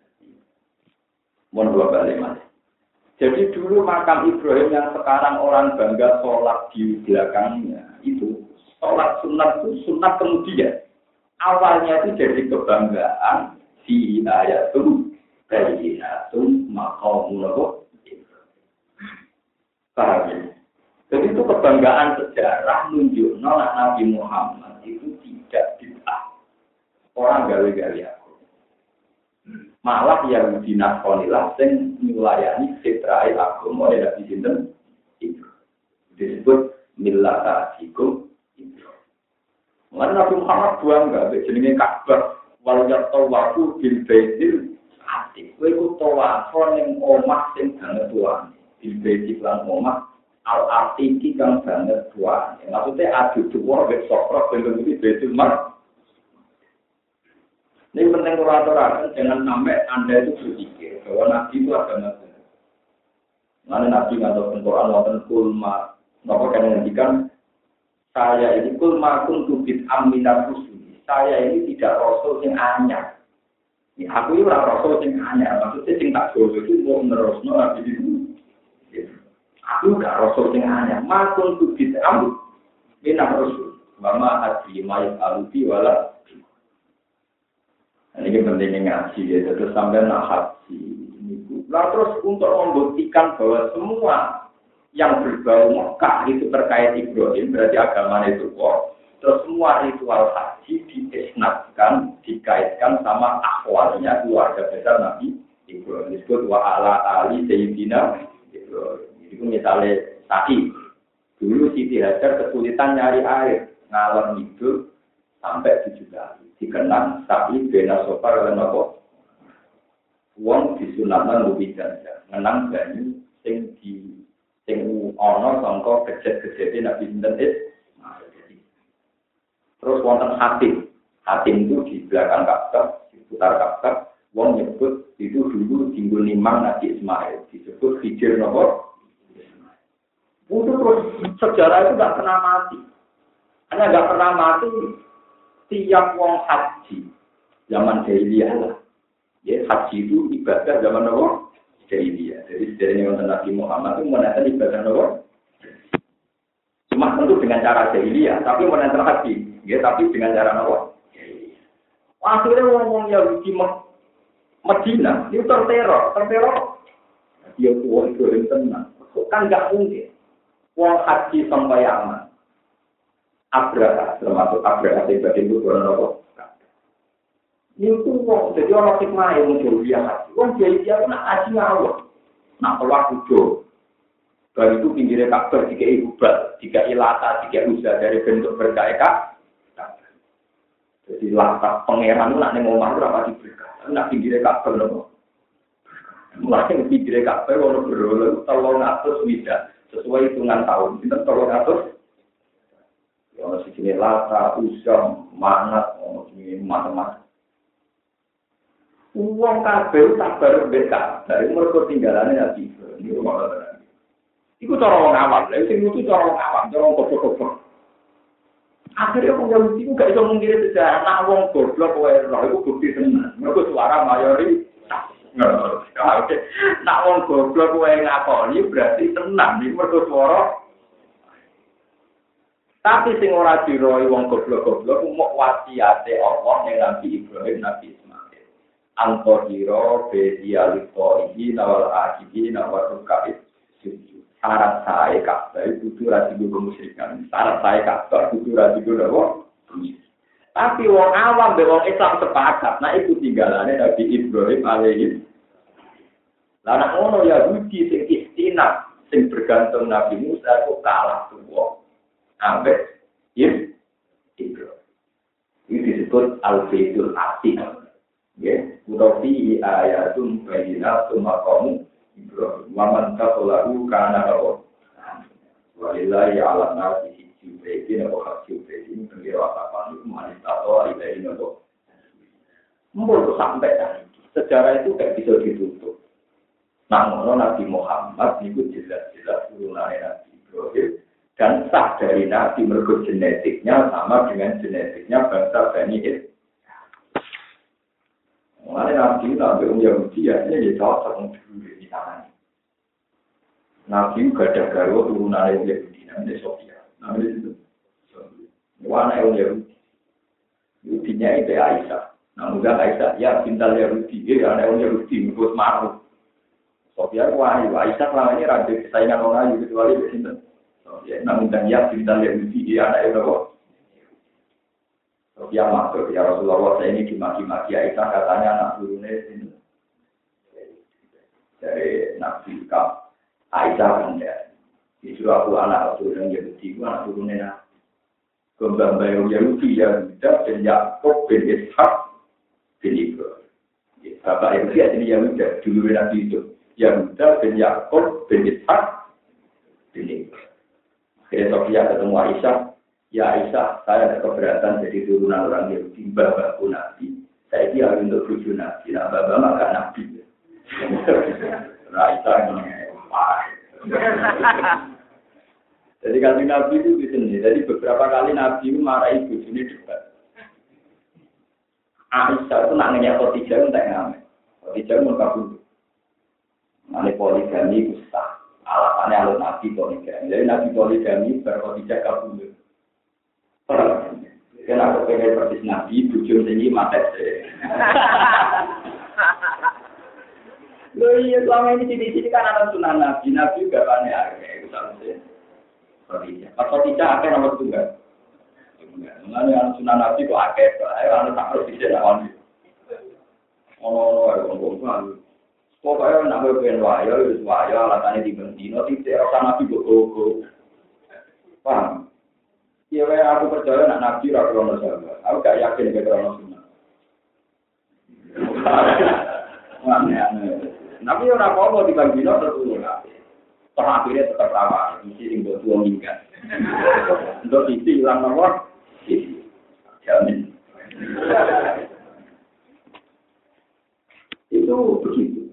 [SPEAKER 2] Mohon dua balik mas. Jadi dulu makam Ibrahim yang sekarang orang bangga sholat di belakangnya itu. Sholat sunat itu sunat kemudian. Awalnya itu jadi kebanggaan fi ayatum bayyinatum maqamul Paham ya? Jadi itu kebanggaan sejarah menunjukkan Nabi Muhammad itu tidak bid'ah. Orang gawe-gawe aku. Malah yang dinasonilah yang melayani fitrah agama yang Nabi sinten itu. Disebut millatajikum. Mana Nabi Muhammad buang enggak, jenenge Ka'bah, walau tawafu bil baitil atiq. Kowe ku tawafo ning omah sing banget tuane. Bil baitil lan omah al atiqi kang banget tuane. Maksudnya adu dua wis sokro ben iki baitul mar. Ini penting kurator-kurator jangan sampai Anda itu berpikir bahwa Nabi itu agama benar. Mana Nabi ngantuk Quran wonten kulma, napa kan ngendikan saya ini kul makun tubit aminat rusul. Saya ini tidak rasul yang anyar. Ya, aku ini orang rasul yang anyar. Maksudnya yang tak jauh itu mau menerusno Nabi itu. Aku tidak rasul yang anyar. Makun tubit aminat rusul. Mama hati mayat aluti wala. Ini pentingnya ngaji ya. Terus sampai nak haji. Nah terus untuk membuktikan bahwa semua yang berbau Mekah itu terkait Ibrahim, berarti agamanya itu kok. Terus semua ritual haji diisnadkan, dikaitkan sama akhwalnya keluarga besar Nabi Ibrahim. Disebut wa ala ali sayyidina Ibrahim. Itu misalnya Saki. Dulu Siti Hajar kesulitan nyari air, ngalor ngidul sampai tujuh kali. Dikenang Saki bena sopar dan apa? Wong disunatkan lebih ganda, menang banyu sing di sing ana sangka kejet-kejete Nabi sinten is. Terus wonten hati. Hatim itu di belakang Ka'bah, di putar Ka'bah, wong nyebut itu dulu tinggal nimang Nabi Ismail, disebut Hijir Nopo. Itu terus sejarah itu nggak pernah mati. Hanya nggak pernah mati tiap wong haji zaman jahiliyah lah. Ya haji itu ibadah zaman Nopo jahiliyah. Jadi sejarahnya wonten Nabi Muhammad itu menaikkan ibadah Nopo. Cuma tentu dengan cara jahiliyah, tapi menaikkan haji. Ya tapi dengan cara Nopo. Akhirnya wong-wong Yahudi Medina itu terteror, terteror. Dia kuat itu yang tenang. Kan nggak mungkin. Wong haji sampai aman. Abraha, termasuk Abraha sebagai itu bukan apa. Itu wong, jadi orang hikmah yang muncul dia haji. Wong jadi dia nak haji ngawur, nak keluar kudo. Baru itu pinggirnya Ka'bah tiga ibubat, tiga ilata, tiga usaha dari bentuk berkah. Jadi lata pangeran itu nak neng omah itu apa diberkah. Nak pinggirnya Ka'bah loh. Mulai yang pinggirnya Ka'bah kalau berlalu tolong atas wida sesuai hitungan tahun. Kita tolong atas. Yang di sini lata, usam, manat, ini macam-macam. Uang kabel tak berbeda dari mereka tinggalannya nanti. Ini rumah orang. Itu cara orang awam. Itu itu cara orang awam, cara orang goblok-goblok. Akhirnya orang Yahudi itu gak bisa mengkira sejarah. Nah, orang goblok, orang roh itu bukti tenan. Mereka suara mayoritas. Nah, orang goblok, orang ngakoni berarti tenang. Ini mereka suara. Tapi sing ora diroi wong goblok-goblok mok wasiate Allah ning Nabi Ibrahim, Nabi Ismail. Antoro bedialito iki nawal akibi nawal kait. Syarat saya Ka'bah itu kudu ra digo musyrikan. Syarat saya Ka'bah kudu ra digo apa? Tapi wong awam be wong Islam sepakat, nah itu tinggalane Nabi Ibrahim alaihi. Lah nek ngono Yahudi sing istinaf sing bergantung Nabi Musa kok kalah tuwa. Ambek yes Ibrahim. Ini disebut al-baitul atiq. Ya, utawi ayatun bayyinatun maqamu Ibrahim. Wa man taqalahu kana lahu. Walillahi 'ala nasi hijjul wa hajjul baiti pengira apa manita atau ilahi nopo. Mbok sampai tadi. Sejarah itu kayak bisa ditutup. Namun Nabi Muhammad itu jelas-jelas turunannya Nabi Ibrahim. Dan sah dari Nabi mergo genetiknya sama dengan genetiknya bangsa Bani Israil. Mengenai Nabi Nabi Om Yahudi ya ini cocok dulu di tangan. Nabi juga ada garwa turunan Yahudi namanya Sofia. Namanya itu. Wana Om Yahudi. Yahudinya itu Aisyah. Namun Aisyah ya pintal Yahudi. Dia ada Om Yahudi menurut Maruf. Sofia wahyu Aisyah selama ini rada kesayangan orang Yahudi kecuali di sini. Ya, namun dan ya kita lihat di dia anak itu kok. Dia masuk ya Rasulullah saya ini dimaki-maki Aisyah katanya anak turunnya ini. Dari Nabi Kaf Aisyah kan ya. Disuruh aku anak turun Yahudi, aku anak turunnya. Kembang bayang Yahudi yang tidak dan Yakob bin Ishak bin Ibrahim. Bapak Yahudi ini Yahuda dulu Nabi itu. Yahuda bin Yakob bin Ishak bin Ibrahim. Akhirnya Sofia ketemu Aisyah, ya Aisyah, saya ada keberatan jadi turunan orang Yahudi, bapakku Nabi. Saya ini harus untuk tujuh Nabi, nah bapak maka Nabi. Aisyah ini, wah. Jadi kalau Nabi itu di sini, jadi beberapa kali Nabi itu marahi ibu ini debat. Aisyah itu nanya Khadijah untuk ngamen. Khadijah itu kabur. Nanya poligami itu sah. Alasannya alur Nabi poligami. Jadi Nabi poligami berkhadijah kabul. Karena aku pengen persis Nabi, bujur tinggi mata saya. Loh iya, selama ini di sini kan ada sunnah Nabi. Nabi juga banyak agak. Itu seharusnya. Khadijah. Pas khadijah agak nomor tunggal. Mengenai anak sunnah Nabi kok agak. Ayo anak tak harus bisa lawan. Oh, ngomong-ngomong. Pokoknya nak berpengen waya, wis waya, alatane dibentino, tidak rasa Nabi go-go. Paham? Iya, aku percaya nak Nabi ra krono sahabat. Aku gak yakin ke krono sunnah. Aneh-aneh. Nabi ora apa-apa dibandino tertulung. Toh akhirnya tetap rawan, isi sing mbok tuwa minggat. Untuk isi ilang nomor, isi. Jamin. Itu begitu.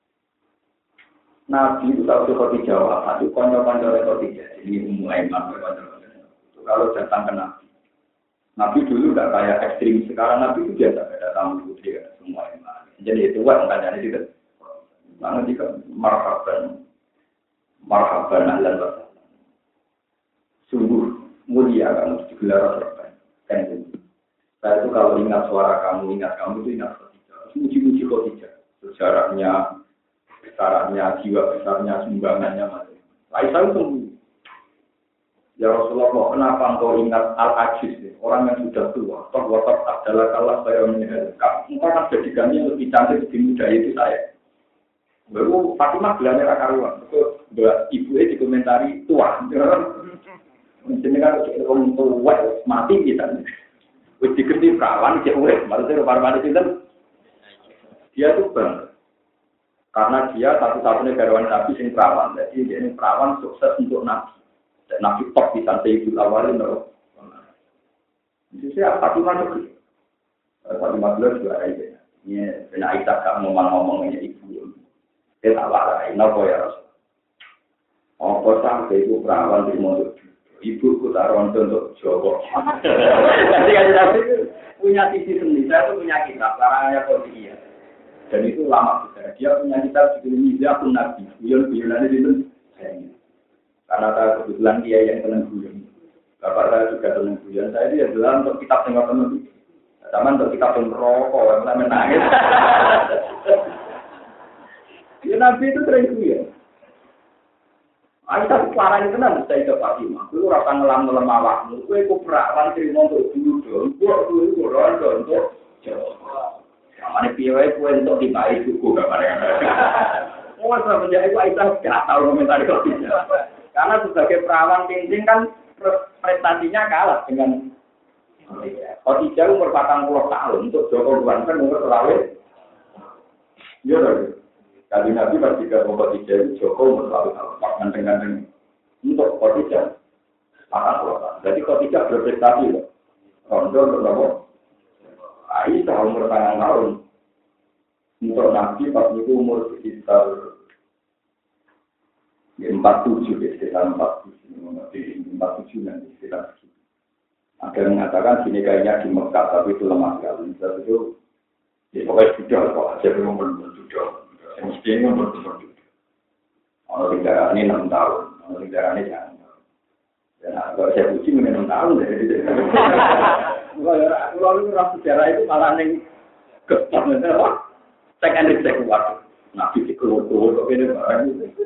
[SPEAKER 2] Nabi itu tahu seperti Jawa, itu konco-konco seperti jadi mulai masuk kalau datang ke Nabi. Nabi dulu tidak kayak ekstrim, sekarang Nabi itu biasa datang putri semua iman. Jadi itu kan tanya itu. Mana jika marhaban, marhaban ahlan wa sungguh mulia kamu digelar terbaik. Kan itu. Saya itu kalau ingat suara kamu, ingat kamu itu ingat Khadijah. Muji-muji Khadijah. Sejarahnya, besarnya, jiwa besarnya, sumbangannya macam. Aisyah itu ya Rasulullah, kenapa engkau ingat Al-Ajiz, orang yang sudah tua? Toh watak adalah kalah saya menyehatkan. Engkau kan jadikannya lebih cantik, lebih muda itu saya. Baru Fatimah bilangnya karuan. Ibu ini dikomentari tua. Mungkin kan orang tua mati kita. Wis dikerti perawan, dia urip. Maksudnya para itu dia tuh bang. Karena dia satu-satunya garwan Nabi yang perawan. Jadi dia ini perawan sukses untuk Nabi. Dan Nabi top di santai ibu awalin loh. Itu sih Fatimah itu. Fatimah beliau juga ada ini. Ini benar Aisyah gak ngomong-ngomongnya ibu. Dia tak warai. Kenapa ya Rasul? Apa sampai itu perawan di mobil. Ibu ku taruhan untuk Jawa. Jadi kan Nabi punya sisi sendiri. Saya itu punya kitab. Larangannya Qadiyah. Dan itu lama besar. Dia punya kitab sebelum Nizah pun Nabi. Guyon-guyonannya itu. Karena saya kebetulan dia yang senang guyon. Bapak saya juga senang guyon. Saya dia bilang untuk kitab yang nggak senang. Sama untuk kitab yang rokok, yang saya menangis. Ya Nabi itu sering guyon. Aisyah kelarang itu nanti saya ke Fatimah. Lu rasa ngelam-ngelam awakmu. Gue kuperawan terima untuk dulu dong. Gue dulu gue rondo untuk jawab. Kamane piye kowe entuk dikai cukup kamane. Oh, sebenarnya itu Aisyah enggak tahu komentar kok. Karena sebagai perawan penting kan prestasinya kalah dengan Khadijah umur empat puluh tahun untuk Joko Buan kan umur selawe. Iya lho. Kali Nabi pasti ke Khadijah Joko umur selawe tahun. Ganteng-ganteng untuk Khadijah empat puluh tahun. Jadi Khadijah berprestasi loh. Rondo untuk apa? Aisyah umur empat tahun. Untuk Nabi pas itu umur sekitar empat puluh tujuh, sekitar empat puluh tujuh, empat puluh tujuh nanti sekitar segitu. Ada yang mengatakan sini kayaknya di Mekah, tapi itu lemah sekali. Sebab itu, ya pokoknya sudah kok, aja belum belum sudah. Mestinya belum belum sudah. Kalau negara ini enam tahun, kalau negara ini jangan. Dan kalau saya puji mungkin enam tahun dari itu. Kalau lu rasa sejarah itu malah neng kesan itu, saya kan dicek waktu. Nabi dikeluar-keluar kok ini barang itu.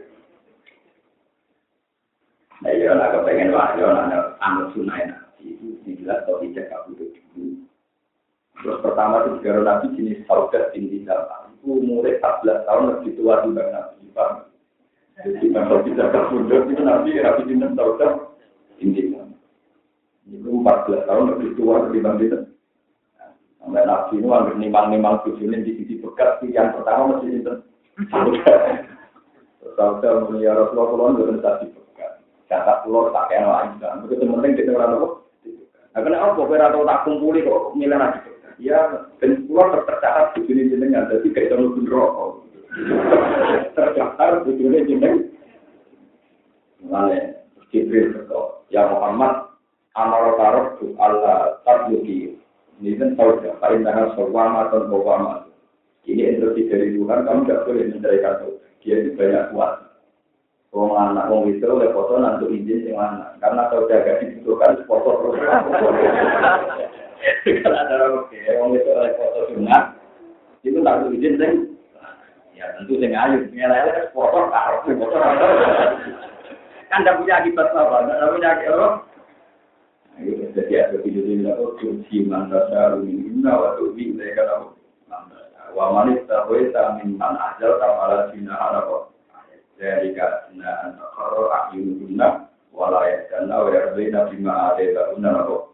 [SPEAKER 2] Nah, ya, lah kepengen wahyu, anak anak sunai Nabi itu dijelas atau tidak aku dulu. Terus pertama itu negara Nabi jenis Saudah binti Zalman. Itu umurnya empat belas tahun lebih tua dibanding Nabi. Jadi kalau tidak kabudut itu Nabi Nabi binti Saudah binti Zalman. Itu empat belas tahun lebih tua dibanding Nabi. Sampai Nabi itu hampir nimang-nimang tujuan di sisi bekas. Yang pertama masih itu Saudah. Saudah mulia Rasulullah itu tadi. Kata pulau tak kena lagi kan, begitu penting kita orang apa? Nah, kenapa kok orang tak kumpuli kok milih lagi? Ya, dan pulau tercatat tujuan jenengan, jadi kayak terlalu bener tercatat tujuan jenengan. Mana Jibril berkata, ya Muhammad, amal taraf tu Allah tarbuki. Ini kan tahu ya, paling tangan sorwama atau bawama. Ini instruksi dari Tuhan, kamu tidak boleh menceraikan itu. Dia itu banyak kuat. Wong anak wong itu oleh foto nanti izin sing anak karena tahu jaga dibutuhkan foto terus. Kalau ada oke, wong itu oleh foto sunat itu tak izin sing ya tentu sing ayu ngelele foto harus foto. Kan tidak punya akibat apa, tidak punya akibat. Itu jadi ada video ini aku kunci mandasa rumina waktu ini mereka tahu. Wa manis tahu min man ajal kamala jina apa. Dari karena kalau akhir guna walaya dan awalnya bima ada guna apa.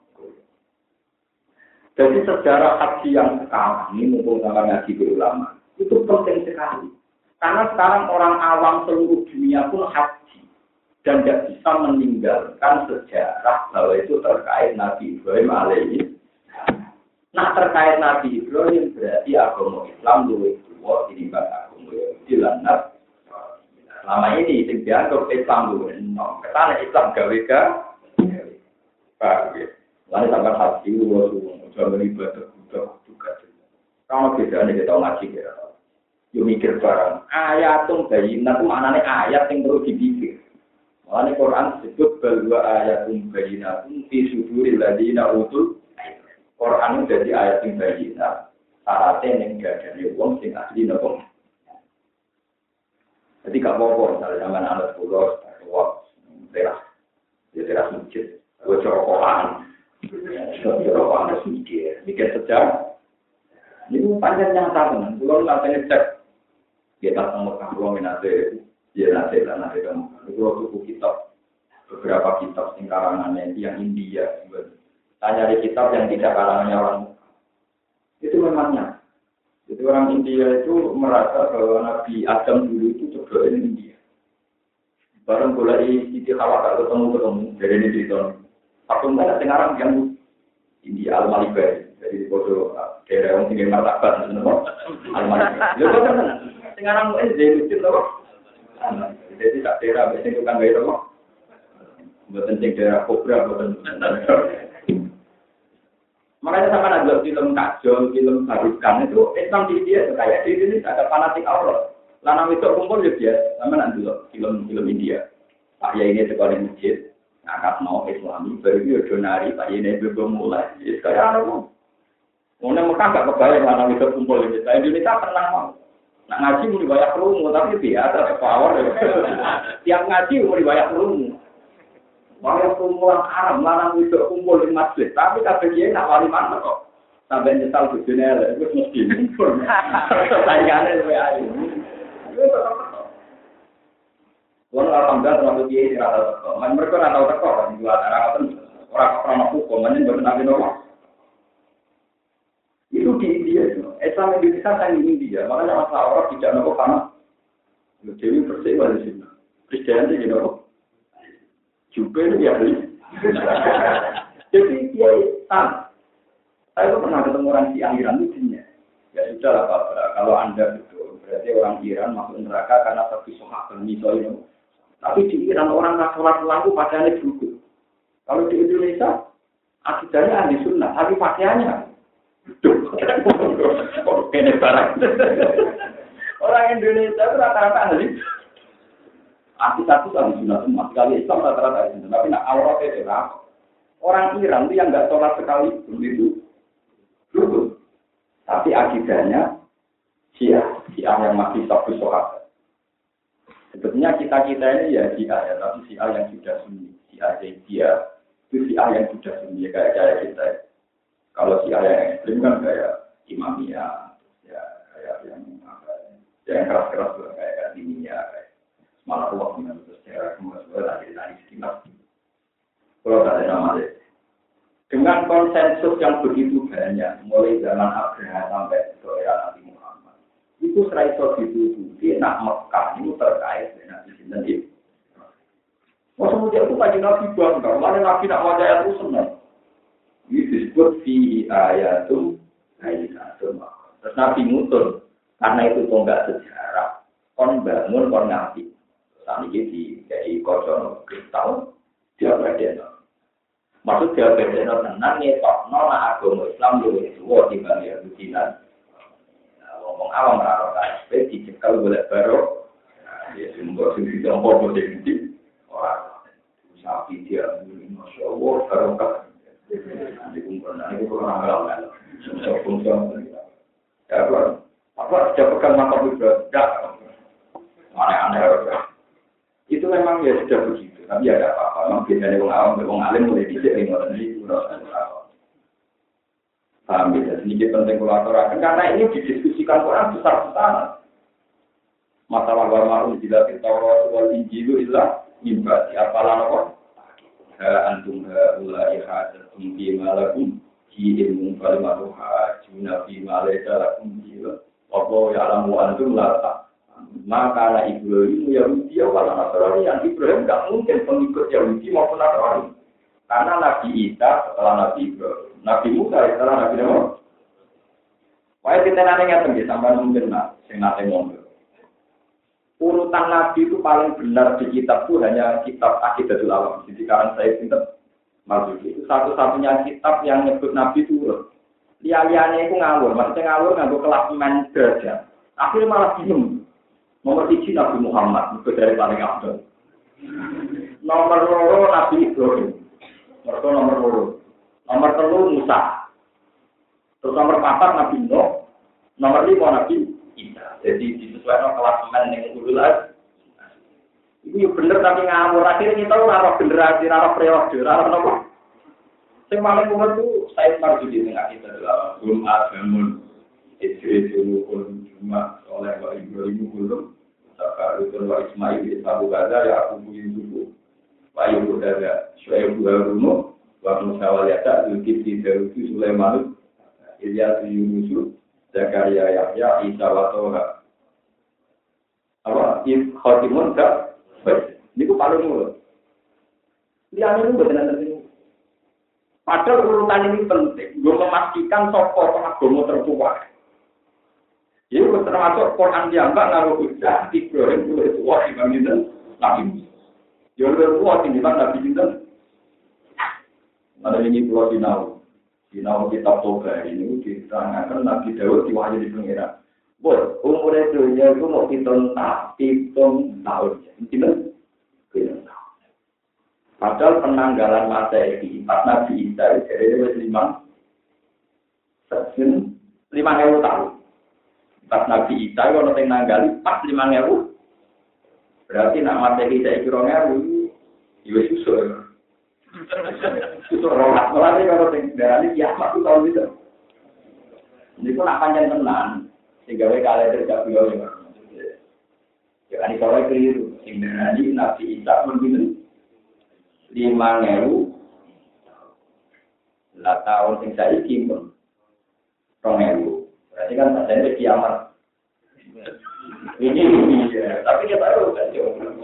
[SPEAKER 2] Jadi sejarah haji yang sekarang ini mumpung sama ngaji ulama itu penting sekali. Karena sekarang orang awam seluruh dunia pun haji dan tidak bisa meninggalkan sejarah bahwa itu terkait Nabi Ibrahim alaihi. Nah terkait Nabi Ibrahim berarti agama Islam luwih tuwa tinimbang agama Yahudi lan Nasrani. Selama ini sing dianggap Islam luwih enom. Ketane Islam gawe ga. Pak, lalu sampai hati waktu mencoba ibadah budak juga. Kalau bedanya kita tahu ngaji ya. Yo mikir barang ayatum bayinah itu maknanya ayat yang perlu dipikir. Makanya Quran disebut bahwa ayatum bayinah fi suduril ladina utul. Quran itu jadi ayat yang bayinah. Syaratnya yang gak ada wong sing asli nopo. Jadi gak apa-apa misalnya zaman anak pulau, waktu teras, ya teras masjid, gue corokokan, corokokan harus mikir, mikir sejarah. Ini panjang nyata teman, pulau nanti ngecek, kita sama pulau minate, dia nanti dan nanti kamu, pulau buku kitab, beberapa kitab sing karangannya yang India, tanya di kitab yang tidak karangannya orang, itu memangnya. Jadi orang India itu merasa bahwa Nabi Adam dulu itu coba di India. Barang mulai Siti Hawa kalau ketemu-ketemu dari ini cerita. Satu mana sekarang yang India Al-Malibai. Jadi foto daerah yang tinggi martabat sebenarnya Al-Malibai. Lalu kan sekarang mulai jadi lucu loh. Jadi tak daerah biasanya itu kan baik loh. Bukan daerah Kobra, bukan. Makanya sama ada film kajol, film Barukan itu Islam di India itu kayak di Indonesia ada fanatik Allah. Lanang itu kumpul ya biasa, sama nanti loh film-film India. Pak Yai ini sekolah di masjid, ngangkat mau Islami, baru itu donari, Pak Yai ini belum mulai. Jadi kayak apa mau? Mau mereka nggak kebayang lanang itu kumpul di Indonesia. Indonesia pernah mau. Nak ngaji mau dibayar kerungu, tapi biasa, power. Tiap ngaji mau dibayar kerungu. Wayang kumpulan Arab, lanang itu kumpul di masjid. Tapi kabeh dia nak wali mana kok? Sampai nyesal di dunia, itu mesti kumpul. Sayangannya lebih ayu. Itu tetap-tetap. Orang alhamdulillah termasuk dia ini rata teko. Man mereka rata teko kan di luar arah orang-orang hukum, mana yang bernabi normal. Itu di India itu. Islam Indonesia kan di India. Makanya masalah orang tidak nopo karena Dewi bersih wali sini. Kristian itu nopo. Juga itu ya, jadi dia ah, saya itu pernah ketemu orang di Iran lucunya. Ya sudah lah Pak, kalau Anda betul, berarti orang Iran masuk neraka karena tapi sohak misalnya. Tapi di Iran orang nggak sholat lampu pakaiannya berukut. Kalau di Indonesia, akidahnya ahli sunnah, tapi pakaiannya kene barang. Orang Indonesia itu rata-rata ahli. Aku satu ahli sunnah semua, sekali Islam rata-rata ahli sunnah, tapi nak aurat itu lah. Orang Iran itu yang nggak sholat sekali begitu, dulu. Tapi akidahnya Syiah, Syiah yang masih satu sholat. Sebetulnya kita-kita ini ya Syiah ya, tapi Syiah yang sudah sunni, Syiah Zaidiyah, itu Syiah yang sudah sunni kayak kayak kita. Kalau Syiah yang ekstrim kan kayak Imamiyah, ya kayak yang yang keras-keras juga kayak Diniyah, kayak malah waktu yang secara kemudian dari dari sekitar. Kalau ada nama deh. Dengan konsensus yang begitu banyak, mulai zaman Abraham sampai ke era Nabi Muhammad, itu serai ditutupi nak Mekah itu terkait dengan Nabi sendiri. Masa kemudian itu kaji Nabi bangga, mana Nabi nak wajah ayat itu senang. Ini disebut fi ayatum ayatum. Terus Nabi mutul, karena itu tonggak sejarah, kon bangun kon ngaji. Saat ini di jadi kocok kristal dia berada. Maksud dia berada tenang ngetok nolak agama Islam dulu itu di bangsa Budinan. Ngomong awam raro K S P dicekal boleh baru. Dia sumber sisi jompo boleh di orang sapi dia masya Allah baru kan. Di kumpulan itu kurang ramai. Fungsi ya kan. Apa sudah pegang makam itu tidak aneh-aneh. Itu memang ya sudah begitu, tapi ada apa-apa. Memang biasanya orang awam, orang alim mulai dicek dengan ini, paham ya? Sedikit penting kolaborasi karena ini didiskusikan orang besar-besaran. Masalah warmaun dilatih Taurat wal Injil ilah imbati apalah apa? Ha antum haula'i hadattum bi malakum hi ilmun kalimatuha juna fi malaika lakum jila. Apa ya'lamu antum la maka anak Ibrahim Yahudi wala Nasrani yang Ibrahim tidak mungkin pengikut Yahudi maupun Nasrani karena Nabi Isa setelah Nabi Ibrahim, Nabi Musa setelah Nabi Muhammad, Wah, kita nanti ngerti nggih sampean mungkin nak sing nate ngomong. Urutan Nabi itu paling benar di kitab itu hanya kitab Aqidatul Awam. Jadi sekarang saya pinter Marzuki itu satu-satunya kitab yang nyebut Nabi itu urut. Liane itu ngawur, maksudnya ngawur nganggo kelas men derajat. Akhirnya malah bingung. Nomor tiga Nabi Muhammad itu dari paling afdal. Nomor loro Nabi Ibrahim. Nomor nomor loro. Nomor telu Musa. Terus nomor empat Nabi Nuh. Nomor lima Nabi Isa. Jadi disesuaikan kelas men yang ulul azmi. Itu ya bener tapi ngawur. Akhirnya kita ora generasi, ora periode, ora apa. Sing paling umur itu saya Marzuki tengah kita adalah Gum Agamun. Idris Ulukun Cuma oleh Wa Ibrahim Ulum. Saka Rukun Wa Ismail Ismail Gaza ya aku punya suku. Wa Ibu Gaza Syuaib Harumu. Wa Musa Waliyata Zulkifli Darudu Sulaiman. Ilyas Yunusu. Zakaria Yahya Isa wa Toha. Apa? If Khotimun Kak. Ini ku paling mulu. Lihat ini buat nanti. Padahal urutan ini penting. Gue memastikan sokor agama tertua. Jadi termasuk Quran diambak naruh hujah Ibrahim itu tua Imam Intan Nabi. Yang berkuat ini kan Nabi Intan. Ada ini pulau Sinau. Sinau kitab Toga ini diterangkan Nabi Daud diwahyai di pengira. Bos, umurnya dunia itu mau hitung tak, hitung tahun. Hitung tahun. Padahal penanggalan Masehi, pas Nabi Isa, jadi itu lima, lima ribu tahun. Pas Nabi Isa, kalau nanti nanggali, pas lima ribu. Berarti nak Masehi saya kira ribu, ya susah. Susah rohat, malah kalau nanti nanggali, ya waktu tahun itu. Ini pun nak panjang tenang. Sehingga mereka kalender tidak beliau yang ya, ini soalnya keliru. Sehingga ini Nabi Isa pun begini. Lima ngeru. Lah tahun yang saya ikim pun. Rong ngeru. Berarti kan pasalnya kiamat. Ini, ini, ya. Tapi dia tahu kan.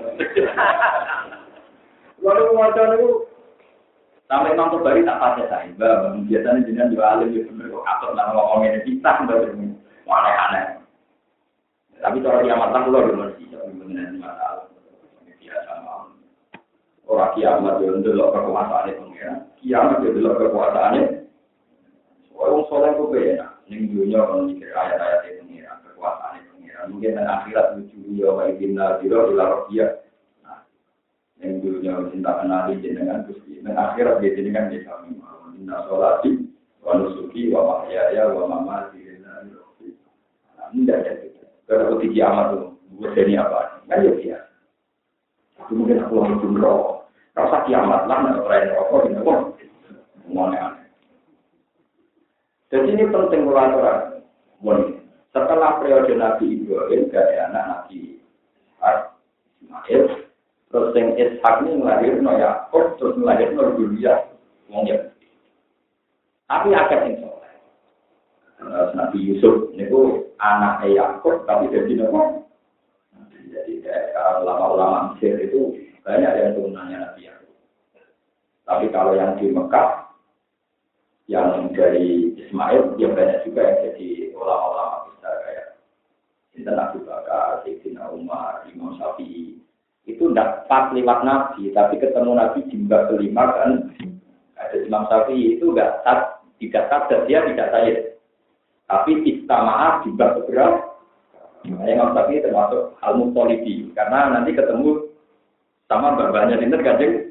[SPEAKER 2] Lalu kemacaan itu. Sampai Imam Tobari tak pakai saya. Bahwa biasanya jenengan juga alim. Dia benar kok atur nama ngomongnya kita. Aneh-aneh. Tapi kalau kiamat tak keluar dulu sih, jadi mengenai masalah biasa mau. Orang kiamat itu adalah kekuasaannya pengira. Kiamat itu adalah kekuasaannya. Orang soleh itu beda. Yang dunia kalau mikir ayat-ayat itu pengira, kekuasaannya pengira. Mungkin dan akhirat lucu dia, baik dinal dia, dilarang dia. Yang dunia cinta kenali jenengan terus dan akhirat dia jenengan dia kami mau. Inna sholati, wa nusuki, wa mahyaya, wa mamati. Tidak ada. Kalau di kiamat itu, buat ini apa? Kan ya dia. Itu mungkin aku mau jumroh. Rasa kiamat lah, nggak pernah rokok, ini kok. Ngomongnya aneh. Jadi ini penting ulama. Setelah periode Nabi Ibrahim, dari anak Nabi Ismail, terus yang Ishak ini melahirkan Yakub, terus melahirkan Julia, ngomongnya. Tapi akhirnya insya Nabi Yusuf itu anak Yakub tapi jadi nopo. Jadi kayak ulama-ulama Mesir itu banyak yang turunannya Nabi Yakub. Tapi kalau yang di Mekah yang dari Ismail dia banyak juga yang jadi ulama-ulama besar kayak Sinten Abu Bakar, Sayyidina Umar, Imam Syafi'i. Itu tidak pas lewat Nabi, tapi ketemu Nabi di babak kelima kan ada Imam Syafi'i itu enggak tidak sadar dia tidak saya. Tapi istamaah juga bergerak. Makanya Imam Syafi'i termasuk al-Muttalibi karena nanti ketemu sama babanya Sinten Kanjeng.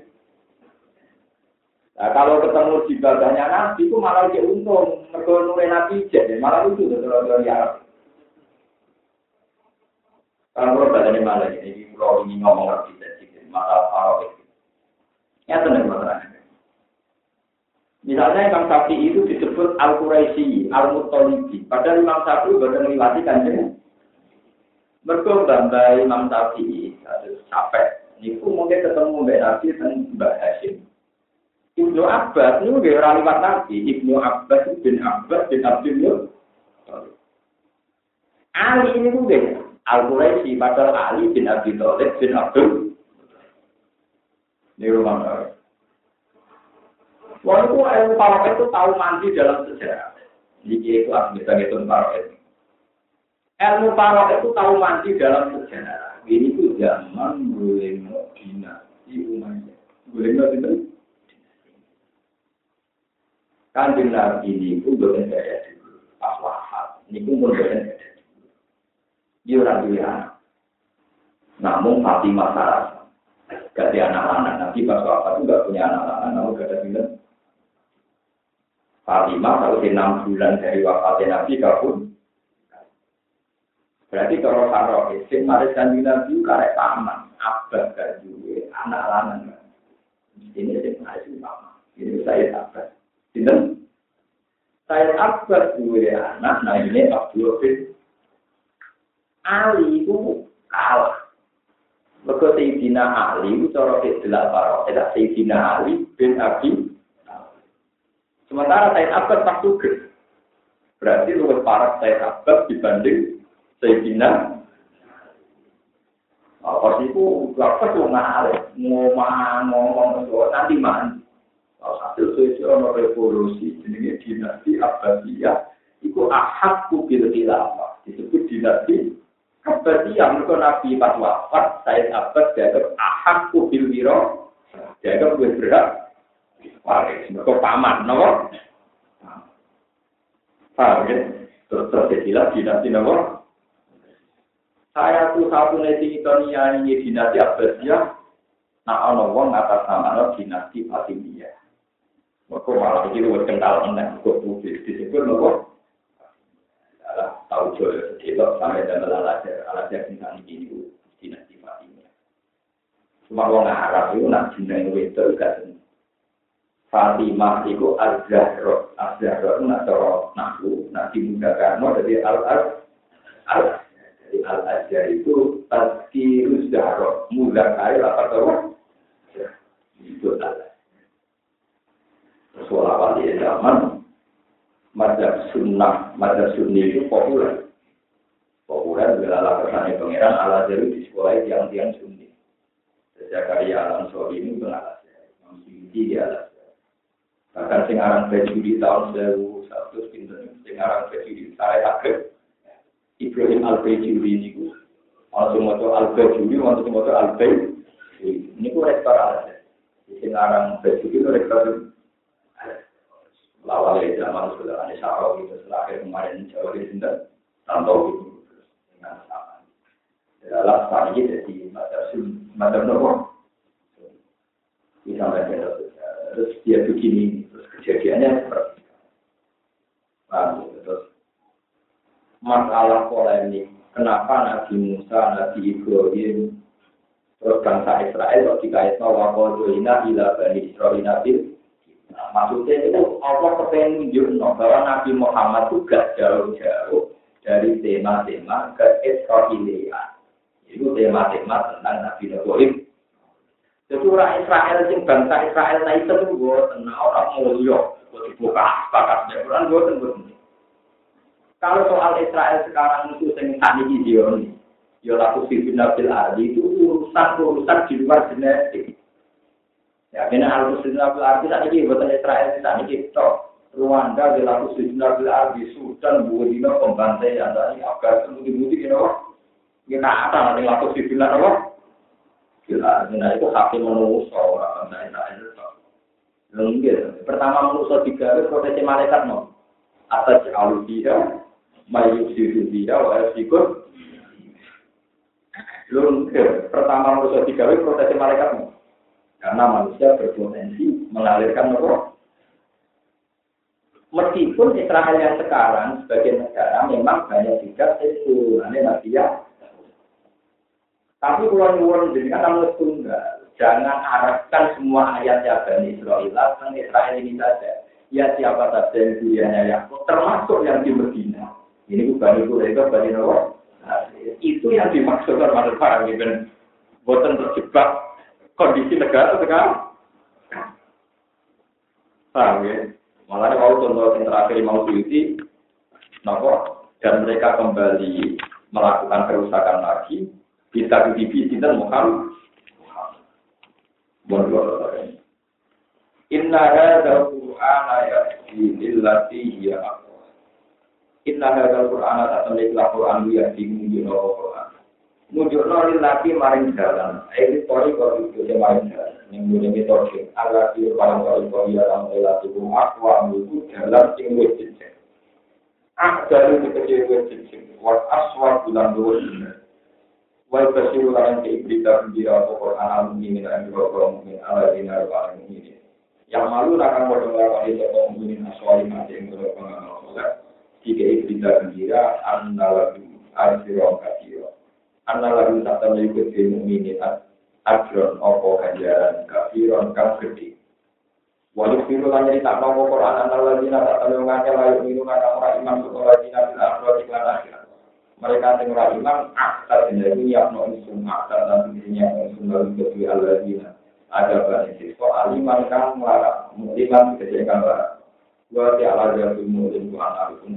[SPEAKER 2] Nah, kalau ketemu di babanya Nabi itu malah dia untung, mergo nure Nabi jadi malah lucu terus ya. Kalau babanya malah ini kalau ini ngomong lagi jadi masalah Arab. Ya tenang masalahnya. Misalnya Imam Syafi'i itu disebut Al-Quraisy, Al-Muttalibi. Padahal Imam Syafi'i baru melewati kanjeng. Mergo Mbah Imam Syafi'i, kados Syafi'i, niku mungkin ketemu Mbak Nabi dan Mbak Hasyim. Ibnu Abbas niku nggih ora liwat Nabi, Ibnu Abbas bin Abbas bin Abdul Thalib. Ali ini nggih Al-Quraisy, padahal Ali bin Abi Thalib bin Abdul. Niku mana? Walaupun ilmu falak itu tahu mandi dalam sejarah. Jadi itu asli sebagai Paroid. Ilmu Paroid itu tahu mandi dalam sejarah. Ini tuh zaman Guleno dinasti Umayyah. Guleno itu kan dinasti ini itu bukan gaya dulu. Pas wafat, ini pun bukan gaya dulu. Dia orang dia. Namun Fatimah Sarah. Gak ada anak-anak, nanti pas wafat itu gak punya anak-anak, namun gak ada bilang. Fatimah kalau enam bulan dari wafatnya Nabi kabur. Berarti kalau Farouk itu, mari janji Nabi karek paman, abad gak juga, anak lanang. Ini sih masih paman, ini saya abad. Tidak? Saya abad juga anak, nah ini Abdul bin Ali itu kalah. Maka Sayyidina Ali itu cara istilah Farouk, tidak Sayyidina Ali bin Abi. Sementara Said Abbas tak suka. Berarti luwes parah Said Abbas dibanding Sayyidina. Apa sih itu? Apa tuh ngalih? Ngomong-ngomong nanti mana? Kalau hasil sosial revolusi, jadi dinasti Abbasiyah, itu ahadku bil khilafah. Disebut dinasti Abbasiyah. Mereka Nabi pas wafat, Said Abbas dianggap ahadku bil wiro, dianggap gue berat. Waris, mereka paman, no? Paham ya? Terus terjadilah dinasti, no? Saya tuh satu neti Itonia ini dinasti Abbasiyah, nah ono wong atas nama dinasti Fatimiyah. Mereka malah itu kental enak, kok publik disebut, no? Adalah tahu joyo sedih sampai dalam alajar, alajar tentang ini dinasti Fatimiyah. Cuma wong Arab itu nak jeneng itu gak Fatimah itu al-Zahra, al-Zahra itu nak cara nahu, nak dimudahkan, jadi al-Az, al jadi al-Azhar itu tazkirus Zahra, mudahkan apa tahu? Itu al-Az. Sekolah wali zaman, mazhab sunnah, mazhab sunni itu populer. Populer adalah kesannya pangeran al-Azhar di sekolah tiang-tiang sunni. Sejak karya Al-Ansori ini al-Azhar, Mamsidi di al-Azhar. Bahkan sing aran baju di tahun seribu seratus pinten sing aran baju di saya akhir Ibrahim Al-Bajuri niku langsung moto Al-Bajuri langsung moto Al-Bajuri niku rektor aja sing aran Bajuri rektor lawale zaman sudah ada syarau itu setelah kemarin Jawa di Sinten tanpa itu dengan sama dalam sekali jadi macam macam nopo bisa mereka terus dia begini, terus kejadiannya seperti itu. Nah, terus masalah polemik, kenapa Nabi Musa, Nabi Ibrahim, terus bangsa Israel, kalau dikaitkan wakodo ina ila bani Israel Nabi, nah, maksudnya itu Allah kepengen menunjukkan bahwa Nabi Muhammad itu gak jauh-jauh dari tema-tema ke-Israelian. Itu tema-tema tentang Nabi Ibrahim. Jadi orang Israel, sing bangsa Israel nah itu tuh gue tenang orang mulia, gue dibuka, pakatnya orang gue tenang. Kalau soal Israel sekarang itu sing tadi video ini, ya laku Fir'aun Nabil Ardi itu urusan-urusan di luar genetik. Ya, karena al-Fir'aun Nabil Ardi tadi ini buatan Israel tadi itu Rwanda dilaku Fir'aun Nabil Ardi Sudan buatnya pembantaian tadi agak semudi-mudi gitu, kita apa nanti laku Fir'aun Nabil Gila, nah itu hak manusia orang bangsa Israel itu. Lenggil, pertama manusia tiga itu prosesi malaikat no. Atas aludia, mayus dirudia, wasikut. Lenggil, pertama manusia tiga itu prosesi malaikat no. Karena manusia berpotensi mengalirkan roh. Meskipun Israel yang sekarang sebagai negara memang banyak juga itu, nanti Nabi ya. Tapi kalau nyuwun jadi kata tunggal, jangan arahkan semua ayat ya Bani Israel tentang Israel ini saja. Ya siapa saja yang dunianya Yakub, termasuk yang di Medina. Ini bukan itu, itu Bani Nawa. Nah, itu yang dimaksudkan pada para pemimpin. Boten terjebak kondisi negara sekarang. Paham ya? Malah kalau contoh yang terakhir mau diuji, nopo dan mereka kembali melakukan kerusakan lagi. Kita di T V dan Muhammad. Muhammad. Inna hadza Qur'ana yahdi lillati hiya aqwam. Inna hadzal Qur'ana ta'tamil Qur'an ya dimujud Qur'an. Mujudno lillati maring dalan. Iki tori kok iki maring dalan. Ning mune mitose ala iki paling kali kok ya lan lati ku akwa muku dalan sing wis dicek. Ah dalu dikece wis dicek. Wa aswa bulan dhuwur. Wa basiru lan ibrita bira Qur'an al-mu'minin an Qur'an ala dinar wa al-mu'minin. Yang malu akan modal lakoni sapa mukmin aswali mati ing pengamal salat. Jika ibrita gembira annalagu ajron kasiro annalagu tak temen ikut mukminin ajron opo ganjaran kafiron kang gede walau firu lan nyerita nopo Quran annalagu tak temen ngakal layu minum kata orang iman sekolah dina bila akhirat iklan akhirat mereka sing ora iman aktar jenenge nyapno isun aktar dan nyapno isun lalu kedui alladzina ada banyak siswa aliman kang melarang mukliman kejadian melarang wa ta'ala jatuh mu'min Tuhan arifun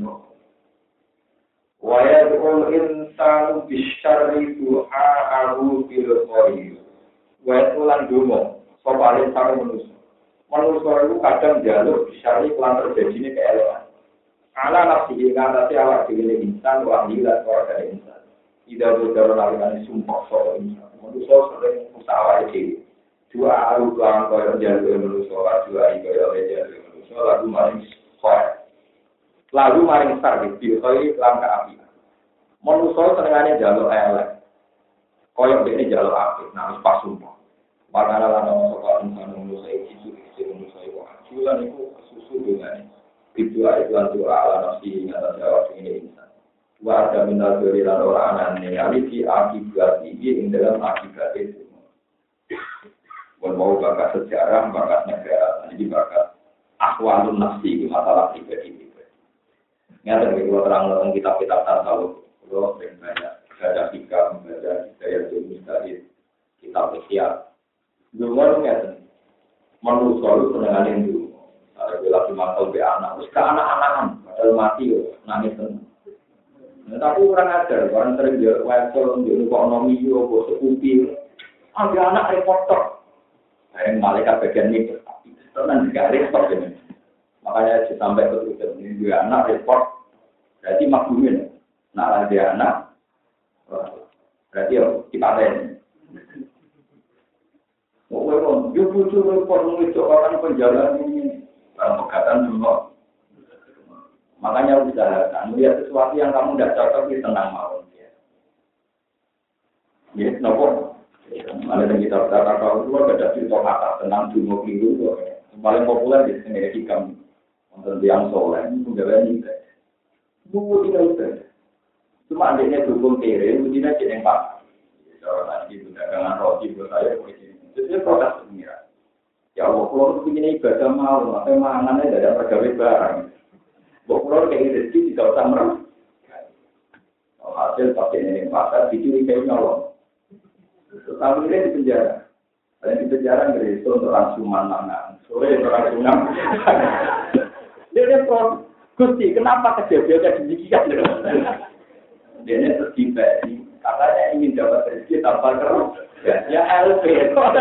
[SPEAKER 2] wa yad'ul insanu bisyarri du'a'ahu bil khair wa yad'ulan dungo sapa insanu manusia manusia itu kadang jaluk bisyarri kelan terjadine keelekan ala nafsi ngatasi awak dhewe insan wa ahlilan ora dari insan ida bodaro nalikan sumpah sapa insan manusia sering usaha iki dua aru kan koyo jaluk manusia dua iki koyo jaluk manusia lagu maring khair lalu maring sar di koi langka api. Manusia senengane jaluk elek. Koyok dene jaluk api, nang pas sumpah. Makana lan ono sapa insan manusia iki suci manusia iku ajulan iku susu dongane. Itu ae lan doa ala nafsi ngata jawab ini insan. Wa ada minal dzuri lan ora anane aliki akibat iki ing dalam akibat itu. Wal mau bakat sejarah, bakat negara, jadi bakat akhwalun nafsi di masalah pribadi. Nyata bagi kalau terang tentang kitab-kitab tasawuf, kalau sering banyak baca fikah, baca hidayah mustahil, kitab ikhya. Dulu orang nyata, manusia itu senenganin dulu. Ada bila dimantul be anak, terus ke anak-anakan, padahal mati nangis tenang. Nah, tapi orang ajar, orang sering dia wesel, dia ekonomi, dia sekupi, ada anak reporter. Yang malaikat bagian ini, itu nanti gak repot ini. Makanya sampai ke Twitter ini dua anak report, berarti maklumin. Nah ada anak, berarti ya dipaten. Oh, orang, dia butuh report mengucap orang penjalan ini, orang pegatan semua. Makanya usahakan melihat sesuatu yang kamu tidak cocok di tenang mau. Ya, nopo. Ada yang kita kata kalau itu ada cerita kata tentang dunia keliru. Paling populer di sini hikam. Untuk yang soleh, menjawab ini. Bu tidak itu. Cuma adanya dukung kiri, ujinya jadi yang pas. Kalau tadi itu dagangan roti buat saya, itu proses pengira. Ya Allah, kalau begini ibadah mau, maka mangannya tidak ada pegawai barang. Kalau kayak rezeki tidak usah merem. Kalau hasil pakai ini pasar, dicuri kayak nyolong. Tapi ini di penjara. Ada di penjara dari itu untuk rangsuman mangan. Sore untuk rangsuman. Dia pro, Gusti, kenapa kejadian demikian? Dia ini tertiba, katanya ingin dapat rezeki tanpa keruh. Ya, L P.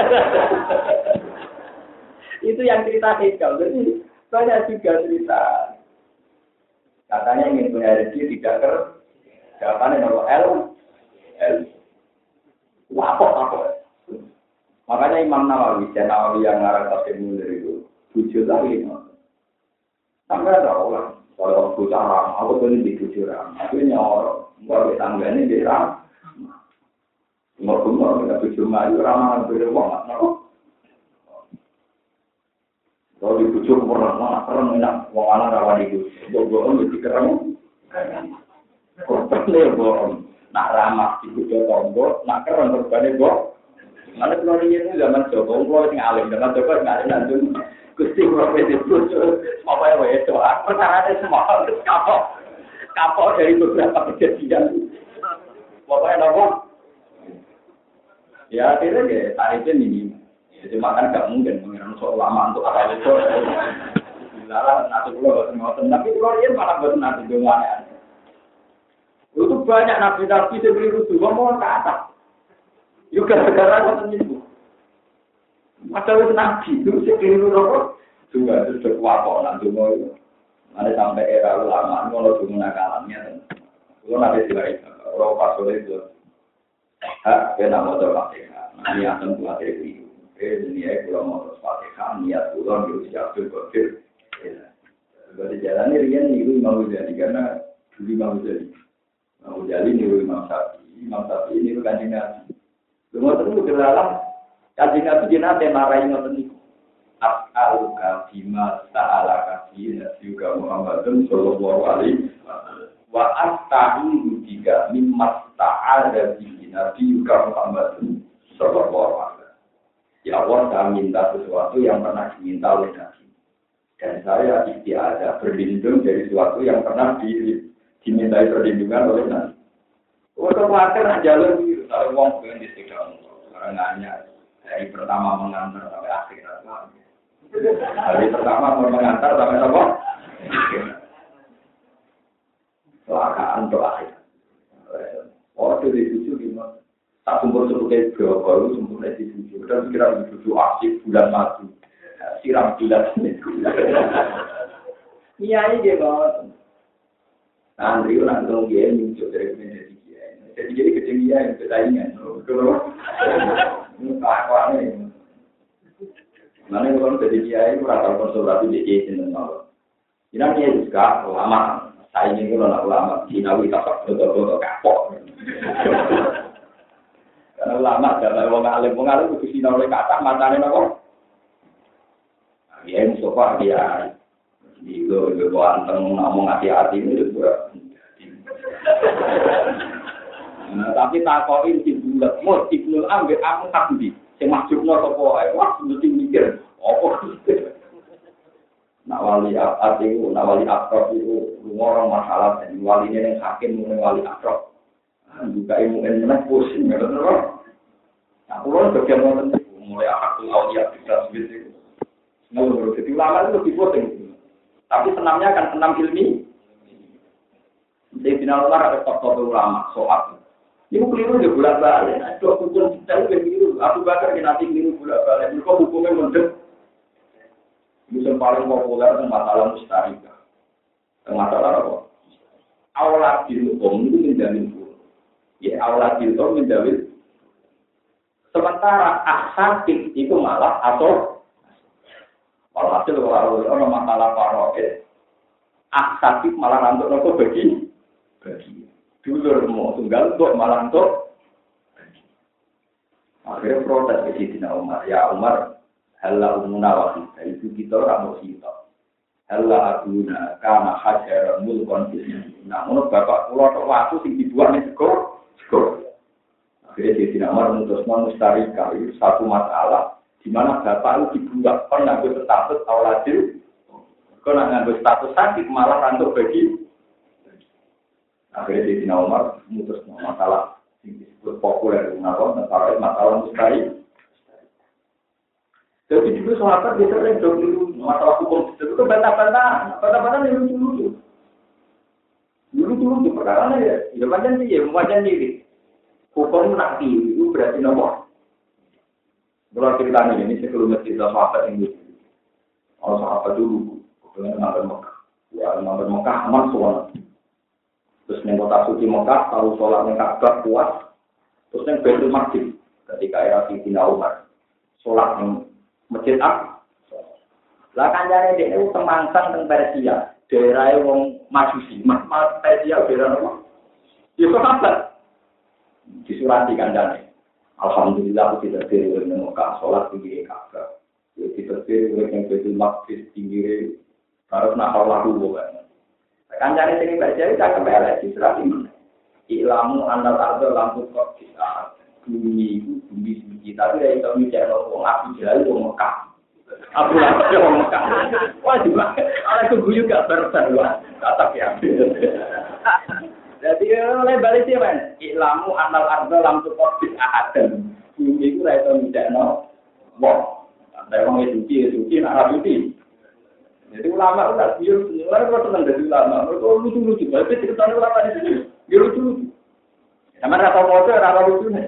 [SPEAKER 2] Itu yang cerita hikam. Jadi banyak juga cerita. Katanya ingin punya rezeki tidak keruh. Jawabannya nomor L. L. Apa-apa. Makanya Imam Nawawi, dan Nawawi yang ngarang tafsir Munir itu, tujuh lagi. Sampai ada orang, kalau aku cara, aku beli di tujuh orang. Akhirnya orang, kalau tangganya di ram. Umur-umur, kita tujuh maju, ramahan beruang, no? Kalau di tujuh orang, mana keren, enak. Wong anak rawan itu. Bohong, jadi keren. Korban le bohong. Nak ramah di tujuh tombol, nak keren berbanding bohong. Mana keluar ini zaman Joko, keluar sing alim, zaman Joko sing alim nanti Gusti keluar dari tujuh, apa yang itu? Perkara ada semua harus kapok, kapok dari beberapa kejadian. Pokoknya nopo. Ya akhirnya dia tarifnya ini, ya cuma kan nggak mungkin mengira soal lama untuk apa itu. Lalu nanti keluar semua, tapi keluar ini malah buat nanti doang. Itu banyak nabi-nabi sebelum itu mau ke atas. Juga negara yang menyebut. Masa itu nabi itu sekeliru apa? Juga itu berkuasa nanti mau itu. Ada sampai era ulama, kalau cuma nakalannya, kalau nanti diwaris, kalau pas sore itu, hak kena motor fatihah, nanti akan buat review. Eh, ini ya kalau motor fatihah, niat pulang di usia berkecil. Kalau jalan ini rian niru Imam Ghazali karena dulu Imam Ghazali, Imam Ghazali niru Imam Syafi'i, Imam Syafi'i niru Kanjeng Nabi. Semua itu gelalang, Kanjeng Nabi jenate marahi ngoten niku. As'aluka bima ta'alaka fi nabiyyika Muhammadun sallallahu alaihi wasallam wa astaghfiru bika mimma ta'ala bihi nabiyyika Muhammadun sallallahu alaihi wasallam. Ya Allah, saya minta sesuatu yang pernah diminta oleh Nabi. Dan saya istiadah berlindung dari sesuatu yang pernah di, dimintai perlindungan oleh Nabi. Untuk khawatir jalur biru, kalau wong pengen disekat orang nanya dari pertama mengantar sampai akhir. Hari pertama mau mengantar sampai apa? Kelakaan terakhir. Oh, itu dituju gimana? Tak sumber suku kayak baru sumber lagi dituju. Kita kira dituju asik bulan madu. Siram bulan ini. Iya ini dia banget. Andri orang dong dia muncul dari menjadi dia. Jadi jadi kecil dia yang persaingan. Kalau ini apa nih? Mana kalau jadi kiai itu rata konsultasi di kiai sendiri malu. Ini kiai juga ulama. Saya ini kalau nak ulama Cinawi tak betul-betul kapok. Karena ulama dalam orang alim, orang alim itu Cinawi kata matanya apa? Kiai Mustafa dia itu juga anteng ngomong hati-hati ini juga. Nah, tapi takoin di bulat, mau ibnul ambil aku tak di. Yang masuknya ke bawah, wah, mesti mikir, apa itu? Nak wali ati itu, nak wali akrab itu, orang masalah, dan wali ini yang hakim, yang wali akrab. Juga ilmu yang menang, pusing, ya betul. Nah, kalau bagian orang itu, mulai akal awliya, bisa sebut itu. Nah, jadi ulama itu lebih pusing. Tapi senamnya akan senam ilmi. Jadi final ulama ada top-top ulama, soal. Ini keliru dia bulan balik. Dua hukum kita itu keliru. Abu Bakar nanti keliru bulan balik. Mereka hukumnya mendek. Ini paling populer tentang masalah mustarika. Tentang masalah apa? Awlat bilkom itu menjamin pun. Ya awlat bilkom menjamin. Sementara aksatik itu malah atau malah hasil kalau ada masalah paroket. Aksatik malah nanti nopo bagi bagi. Dulur mau tunggal untuk malah untuk akhirnya protes ke Sidina Umar. Ya Umar, halla umuna wahida itu kita orang musita. Halla aguna kama hajar mulkon bisnya. Nah, menurut bapak pulau tok waktu sing dibuat nih skor skor. Akhirnya Sidina Umar memutuskan mustarika itu satu masalah di mana bapak itu dibuat kon nganggo status auladil, kon nganggo status sakit malah untuk bagi. Akhirnya di Sidina Umar memutus masalah yang disebut populer mengenai masalah masalah mustahil. Jadi juga sahabat bisa lihat dulu masalah hukum itu bantah-bantah, bantah-bantah yang lucu-lucu. Lucu-lucu perkara ya, ya macam sih ya, macam diri. Hukum nakti itu berarti nomor. Kalau kita ini sebelum kita sahabat ini, kalau sahabat dulu, kemudian ngambil Mekah, ya ngambil Mekah aman soal. Terus yang kota suci Mekah, kalau sholat yang Ka'bah puas, terus yang Baitul Maqdis ketika era Sidina Umar, sholat yang masjid Aqsa. Lah kancane dhek niku temangsang teng Persia, daerah wong Majusi, Mas Persia daerah apa? Ya sahabat. Disurati kancane. Alhamdulillah aku tidak diri oleh Mekah sholat di Ka'bah. Ya tidak diri oleh yang Baitul Maqdis tinggi, harus nak sholat dulu kan. Kancane sing baca iki tak kembali di surat ini. Ilamu andal ada lampu kok bisa bumi bumi suci tapi dari itu bicara wong aku jalan wong Mekah. Aku lagi wong Mekah. Wah juga ada keguyu gak bersan wah kata ya. Jadi oleh balik sih men. Ilamu andal ada lampu kok bisa ada. Bumi itu dari itu bicara wong. Ada wong suci suci nak suci. Jadi ulama udah biar sebenarnya kalau senang jadi ulama, mereka lucu-lucu. Tapi ceritanya ulama di sini, dia lucu-lucu. Sama rata motor, rata lucu nih.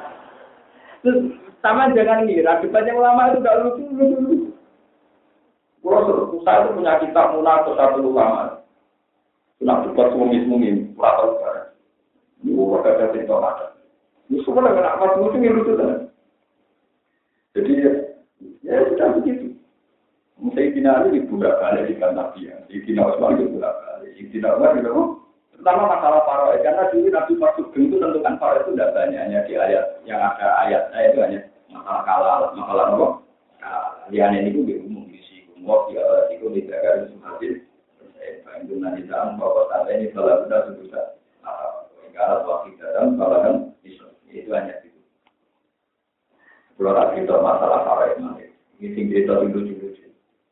[SPEAKER 2] Terus sama jangan ngira, debatnya ulama itu udah lucu-lucu. Kalau saya itu punya kitab Munah atau satu ulama. Nak buat suami-suami, atau sekarang. Ini bukan ada cerita ada. Ini semua dengan apa semua itu yang lucu kan. Jadi ya sudah begitu. Sayyidina Ali dibuka balik di kantor dia. Sayyidina Utsman dibuka balik. Sayyidina Umar juga pertama masalah paroy karena dulu Nabi masuk itu tentukan paroy itu tidak banyak hanya di ayat yang ada ayat ayat itu hanya masalah kalal, masalah apa? Liane ini itu umum di sini. Umum dia itu tidak ada hasil. Saya itu nanti dalam bahwa tanda ini salah sudah sudah. Kalau waktu dalam balahan itu hanya itu. Kalau lagi itu masalah paroy nanti. Ini tinggi itu lucu-lucu.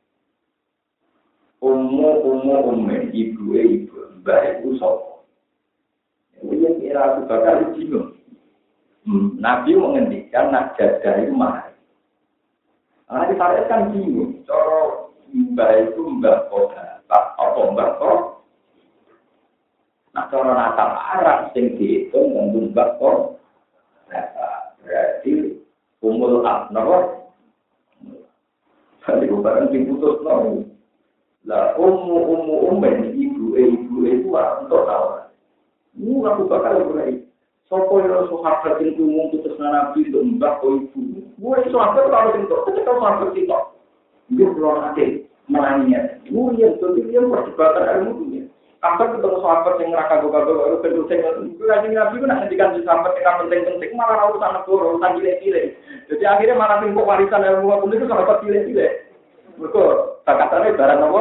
[SPEAKER 2] Umum-umum umum ibu ibu baik itu sopo. Yang kira aku bakal bingung. Nabi mengendikan nak jadah itu mahal. Nah di sana kan bingung. Coro baik itu mbak kota, tak apa mbak kota. Nah coro natal Arab sing dihitung dengan mbak kota. Berarti umul abnor. Jadi bukan sing putus nol. Lah ummu ummu ummen ibu ibu itu untuk tahu. Mu aku bakal mulai. Sopo yo sahabat sing umum putus nabi untuk mbak ko ibu. Mu iso apa kalau sing tok ketika sahabat itu. Dia belum ada menanya. Mu yang itu dia perdebatan ilmu dunia. Kapan ketemu sahabat yang neraka gagal baru kedua sing lagi nabi ku nak ngendikan sahabat yang penting-penting malah urusan negara urusan gile-gile. Jadi akhirnya malah ping warisan ilmu aku itu sahabat gile-gile. Betul, kata-katanya barang apa?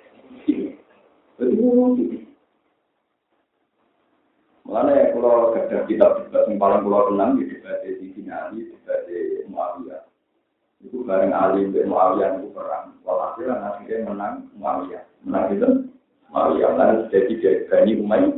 [SPEAKER 2] Jadi, makanya kalau ada kitab-kitab yang paling pulau tenang di debat di Sinali, debat di Muawiyah. Itu bareng Ali dan Muawiyah itu perang. Walhasil akhirnya menang Muawiyah. Menang itu Muawiyah. Lalu jadi dari Bani Umayyah.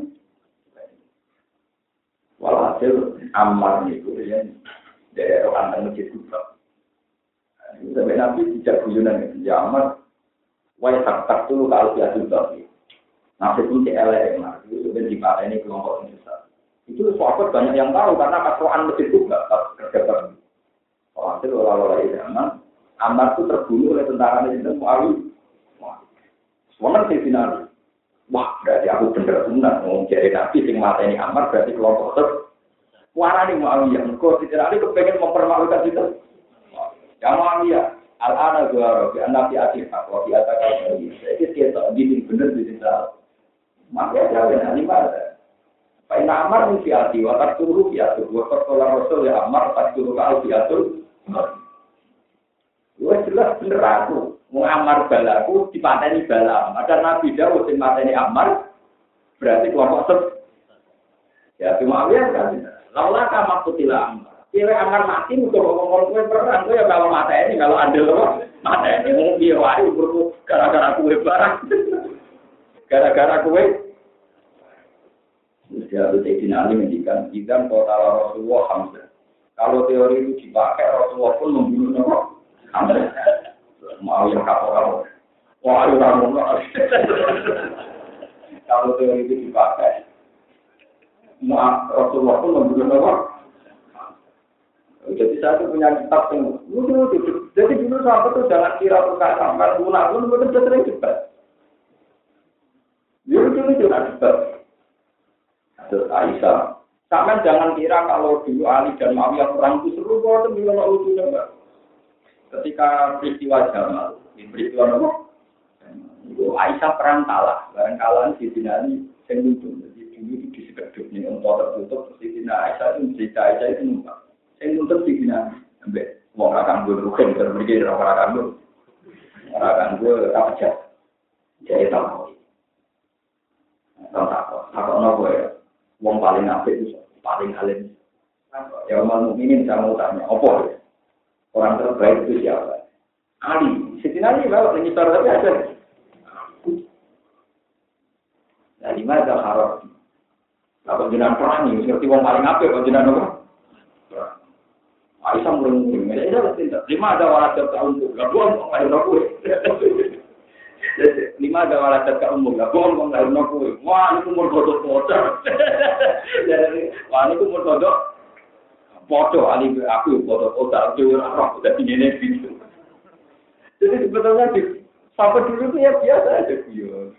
[SPEAKER 2] Walhasil Ammar itu yang dari orang Masjid Kuba. Sampai Nabi tidak guyonan ya Ammar. Wai tak dulu kalau dia juga. Nabi pun C L M, itu sudah dipakai ini kelompok yang besar. Itu sahabat banyak yang tahu karena kasuan Masjid Kuba pas kerja terus. Walhasil orang-orang zaman Ammar itu terbunuh oleh tentara Nabi Muawiyah. Semuanya di final. Wah, berarti aku bener benar mau cari Nabi sing mata ini Ammar berarti kelompok ter. Warani Muawiyah, engkau tidak ada kepengen mempermalukan itu. Ya Muawiyah, al-ana juara bi annabi atihaq wa bi ataka ini. Jadi kita bikin bener di sana. Makanya jangan animal. Fa inna Ammar min fi'ati wa taqturu fi'atu wa qala Rasul ya Ammar taqturu ka'al fi'atu. Wah jelas bener aku. Mau Ammar balaku dipateni bala. Ada Nabi Dawud sing mateni Ammar berarti kelompok sep. Ya cuma Muawiyah kan. Laula ka makutila Ammar. Kira Ammar mati untuk ngomong kowe perang kowe ya kalau mata ini kalau andel apa? Mata ini mau piye wae gara-gara kowe barang. Gara-gara kowe. Dia itu Ali mendikan idan kota Rasulullah Hamzah. Kalau teori itu dipakai Rasulullah pun membunuh nama Hamzah. Mau yang kapal. Wah, ayo kamu. Kalau teori itu dipakai Rasulullah pun membunuh nama. Jadi saya itu punya kitab yang lucu. Jadi dulu sahabat itu jangan kira perkara sampai guna pun betul betul sering debat. Dulu dulu juga debat. Terus Aisyah, sampai jangan kira kalau dulu Ali dan Muawiyah perang itu seru kok itu bilang lucu juga. Ketika peristiwa Jamal, di peristiwa apa? Itu Aisyah perang kalah, barang kalah di Sinali yang lucu. Jadi dulu itu di sekeduk nih untuk tertutup di Sinali Aisyah itu cerita Aisyah itu numpang. Yang nuntut di Sinali, sampai mau akan gue rugen terpergi dari orang akan gue, orang akan gue apa aja, jadi tahu. Tahu tak? Tahu apa ya? Wong paling apik itu paling alim. Ya umat mukminin saya mau tanya, apa ya? Orang terbaik itu siapa? Ali. Sidin Ali kalau mengitar tapi ada. Nah, di mana ada harap? Kalau jenengan perang ini seperti wong paling apik kalau jenengan apa? Aisyah murung-murung. Ya sudah tidak. Lima ada waladat ka umum. Lah buang kok lahir kowe. Lima ada waladat ka umum. Lah buang kok lahir kowe. Wah, niku umur kodok bocor. Wah, niku umur kodok foto ali aku foto foto dhewe ora roh dadi ngene iki. Jadi sebetulnya di Sampai dulu tuh ya biasa aja guyon.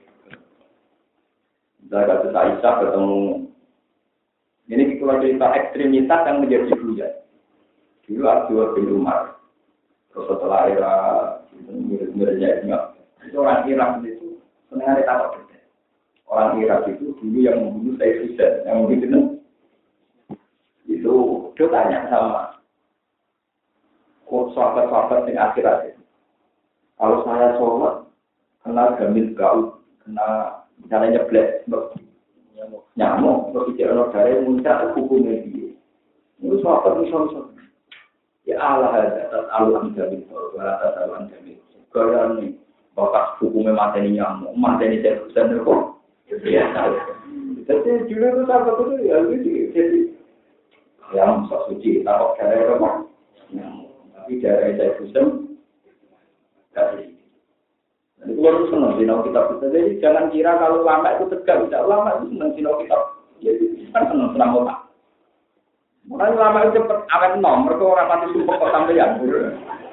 [SPEAKER 2] Saya kata Aisyah ketemu. Ini kalau cerita ekstremitas yang menjadi bulan. Dulu Abdullah bin Umar. Terus setelah era murid-muridnya itu orang Irak itu senang ada takut beda. Orang Irak itu dulu yang membunuh Said Hussein, yang membunuh itu dia tanya sama sahabat-sahabat yang akhir-akhir. Kalau saya sholat kena gamil gaul, kena misalnya nyeblek, nyamuk, berbicara negara muncrat hukumnya dia. Itu sahabat misal-misal. Ya Allah atas aluan jamil, atas aluan jamil. Karena ini bakas hukumnya mateni nyamuk, mateni saya Hussein itu. Ya, jadi dulu itu sahabat itu ya itu jadi yang sok suci, takut cara apa? Tapi cara saya Hussein kasih. Jadi kalau senang sinau kitab kita, jadi jangan kira kalau lama itu tegak, tidak lama itu senang sinau kitab. Jadi kan senang senang otak. Mulai lama itu cepat awet nomor, mereka orang mati sumpah kok sampai yang buruk.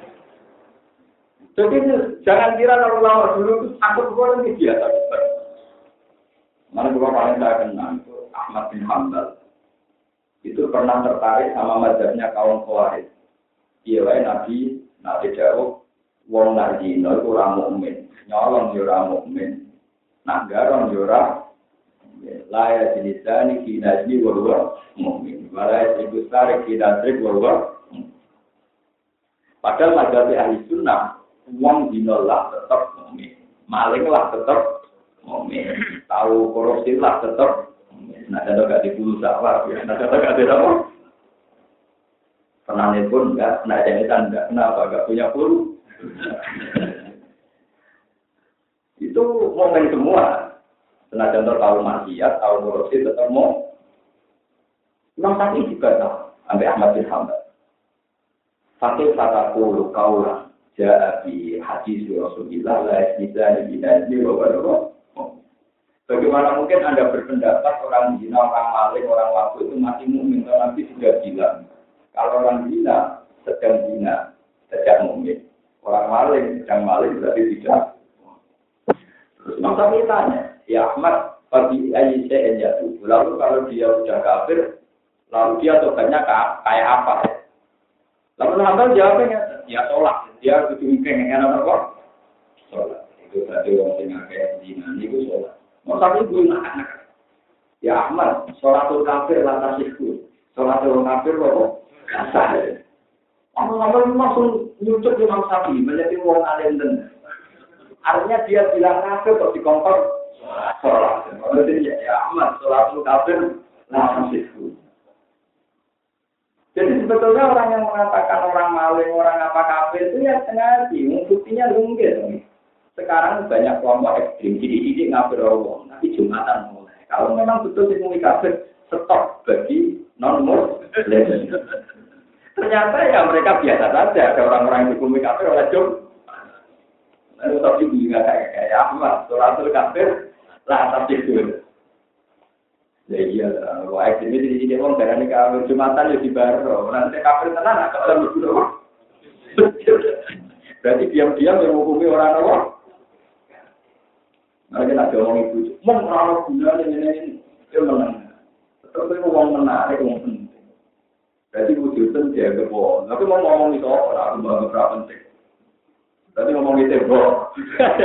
[SPEAKER 2] Jadi jangan kira kalau lama dulu itu takut keluar ini biasa. Mana dua paling saya kenal itu Ahmad bin Hanbal. Itu pernah tertarik sama mazhabnya kaum Khawarij. Iya, Nabi Nabi jawab, wong nardino itu orang mukmin, nyolong yo ora mukmin, nak garong yo ora laya jenisani kinajni wa mukmin, walaya ibusare kinajri wa. Padahal mazhab ahli sunnah, wong dino lah tetap mukmin, maling lah tetap mukmin, tahu korupsi lah tetap mukmin. Nah, ada gak dibulu sawah, nah ada gak ada apa? Penanya pun enggak, nak jadi tanda, kenapa enggak punya bulu? Itu momen semua. Senajan tahu maksiat, tahu korupsi tetap mau. Imam Syafi'i juga tahu, sampai Ahmad bin Hanbal. Fakih fataku kaulah ja'abi hadis Rasulullah la isnidani binani wa wa. Bagaimana mungkin Anda berpendapat orang zina, orang maling, orang waktu itu masih mukmin? Nabi sudah bilang, kalau orang zina sedang zina, sedang mukmin. Orang maling sedang maling berarti tidak. Terus Imam Syafi'i tanya, ya Ahmad, bagi Aisyah jatuh. Lalu kalau dia sudah kafir, lalu dia tobatnya kayak apa? Lalu Hanbal jawabnya, ya sholat. Dia kudu mungkin yang apa? Sholat. Itu tadi orang tengah kayak zina, itu sholat. Mau tapi gue anak-anak. Ya Ahmad, sholatul kafir lantas itu. Sholatul kafir loh. Kasar. Orang-orang langsung nyucuk di Imam Syafi'i menjadi orang alim dan artinya dia bilang kafir kok dikompor sholat. Jadi ya Ahmad, sholatul kafir lantas itu. Jadi sebetulnya orang yang mengatakan orang maling, orang apa kafir itu ya sengaja. Buktinya mungkin. Sekarang banyak kelompok ekstrim, jadi ini ngafir Allah, tapi Jumatan mulai. Kalau memang betul itu kafir, stop bagi non-muslim. Ternyata ya mereka biasa saja, ada orang-orang yang dihukumi kafir oleh Jum. Lalu tapi juga kayak kayak Ahmad, sholatul kafir, lah tapi itu. Ya iya, kalau ekstrim ini di sini orang berani kafir Jumatan ya di baru, nanti kafir tenan atau dalam berbunuh. Berarti diam-diam yang menghukumi orang Allah. Mereka nak ngomong itu, mau orang guna ini dia menang. Terus itu uang menarik, uang penting. Berarti wujudnya dia kebo. Tapi mau ngomong itu apa? Aku bawa berapa penting. Berarti ngomong itu kebo.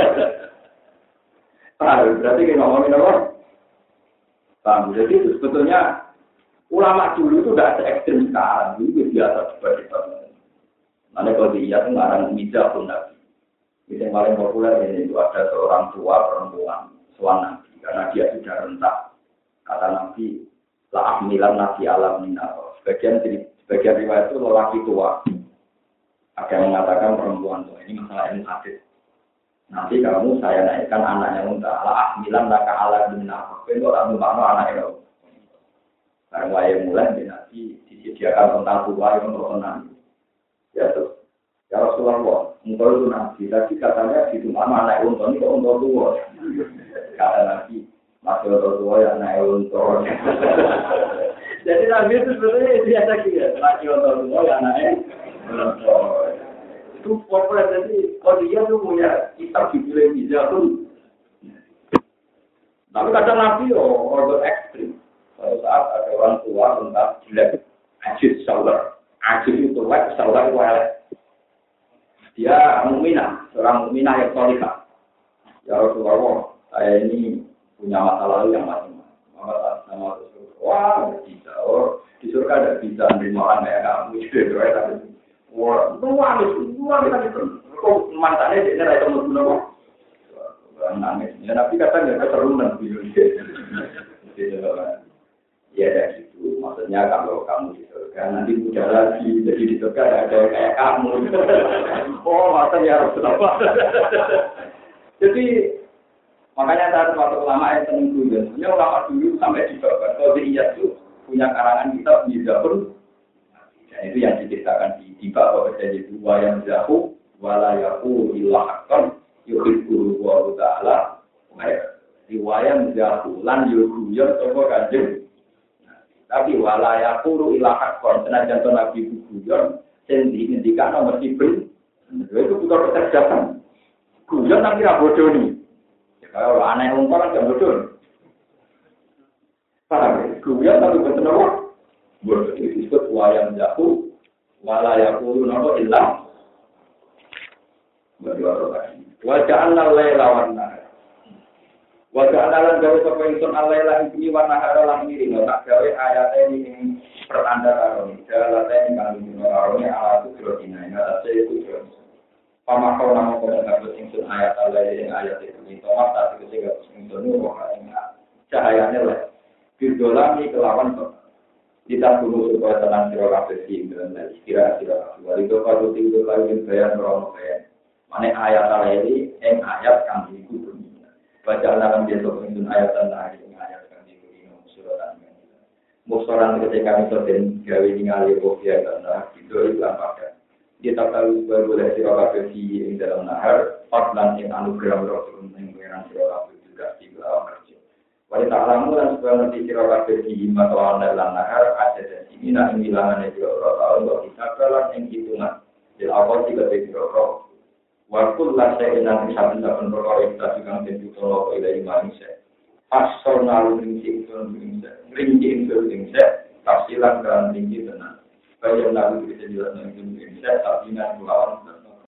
[SPEAKER 2] Ah, berarti kita ngomongin apa? Paham? Jadi itu sebetulnya ulama dulu itu tidak se-ekstrim sekarang. Dulu biasa seperti itu. Nanti kalau dia itu ngarang mijah pun nabi. Yang paling populer ini itu ada seorang tua perempuan, suami nabi, karena dia sudah rentak. Kata nabi, la ahmilan nabi alam minaro. Sebagian sebagian riwayat itu lelaki tua. Ada yang mengatakan perempuan tua. Ini masalah ini hadis. Nanti kamu saya naikkan anaknya unta. La ahmilan laka alam minaro. Itu orang numpang anaknya. Karena wayang mulai nabi disediakan tentang tua yang untuk menang. Ya terus. Ya Rasulullah, engkau itu nabi, tapi katanya di rumah anak unta ini kok unta tua. Kata nabi, masih unta tua ya anak unta. Jadi nabi itu sebenarnya biasa gitu, masih unta tua ya anak unta. Itu populer jadi kalau dia tuh punya kitab judulnya bisa pun. Tapi kadang Nabi yo order ekstrim. Pada saat ada orang tua tentang jelek, ajis saudara, ajis itu jelek, saudara itu elek. Dia mukminah, seorang mukminah yang solihah. Ya Rasulullah, saya ini punya masa lalu yang macam-macam. Maka sama Rasulullah, wah bisa, oh di surga ada bisa menerima orang kayak kamu, gitu ya tapi, wah, semua itu, semua kita gitu. Kok mantannya dia nggak tahu mau guna nangis. Ya Nabi kata nggak keseruan gitu. Ya ada gitu. Maksudnya kalau kamu di surga nanti muda lagi, jadi di surga ada kayak kamu. Oh, maksudnya harus apa? Jadi makanya saat waktu ulama yang seneng dulu, sebenarnya ulama dulu sampai di bawah. Kalau di Iyad itu punya karangan kitab Mizabur, dan itu yang diceritakan di di bawah jadi dua yang jauh, walayaku ilahakon, yuhibbu wa taala, riwayat jauh lan yuhuyur toko kanjeng. Tapi walayaku ilahakon, senajan to nabi guyon, sing diindikan nomor sibel, itu bukan kecerdasan. Guyon tapi ra bodoh nih. Kalau aneh umum kan gak bodoh. Paham ya? Guyon tapi betul apa? Bodoh itu disebut wayang jahu, walayaku nopo ilah. Berdua orang. Waja'alna laila wan nahar. Waja'alna lan gawe sapa ingsun alaila iki wan nahar lan miri tak gawe ayat ini ing pertanda karo iki. Dalat ini kang dinarone ala tujuh dina ing atase tujuh. Pamakau nama kau dengar bertingsun ayat Allah yang ayat itu ini tomat tapi ketika bertingsun nur wahai cahayanya lah bidolami kelawan kita tunggu supaya tenang sirah bersih dan istirahat sirah wali doa rutin doa yang bayar merono bayar mana ayat Allah ini yang ayat kami ikut dunia baca dalam dia bertingsun ayat tentang yang ayat kami ikut suratan musoran ketika kami sedang gawe ningali kopiah karena itu itu apa kita tahu boleh sirah di dalam nahar, ordan yang anugerah Rasul yang mengenang sirah juga di bawah kerja. Wanita alamu dan supaya nanti sirah di matlawan dalam nahar ada dan sini nak hilangan sirah Rasul untuk kita kalah yang hitungan. Jadi awal tiga sirah Rasul. Waktu lah saya nanti sampai dapat berkali kita juga menjadi tolong dari manusia. Asal nalu rinci itu rinci, rinci itu rinci, tafsiran dan rinci tenang. Bayan lalu kita jelaskan itu bisa tapi dengan melawan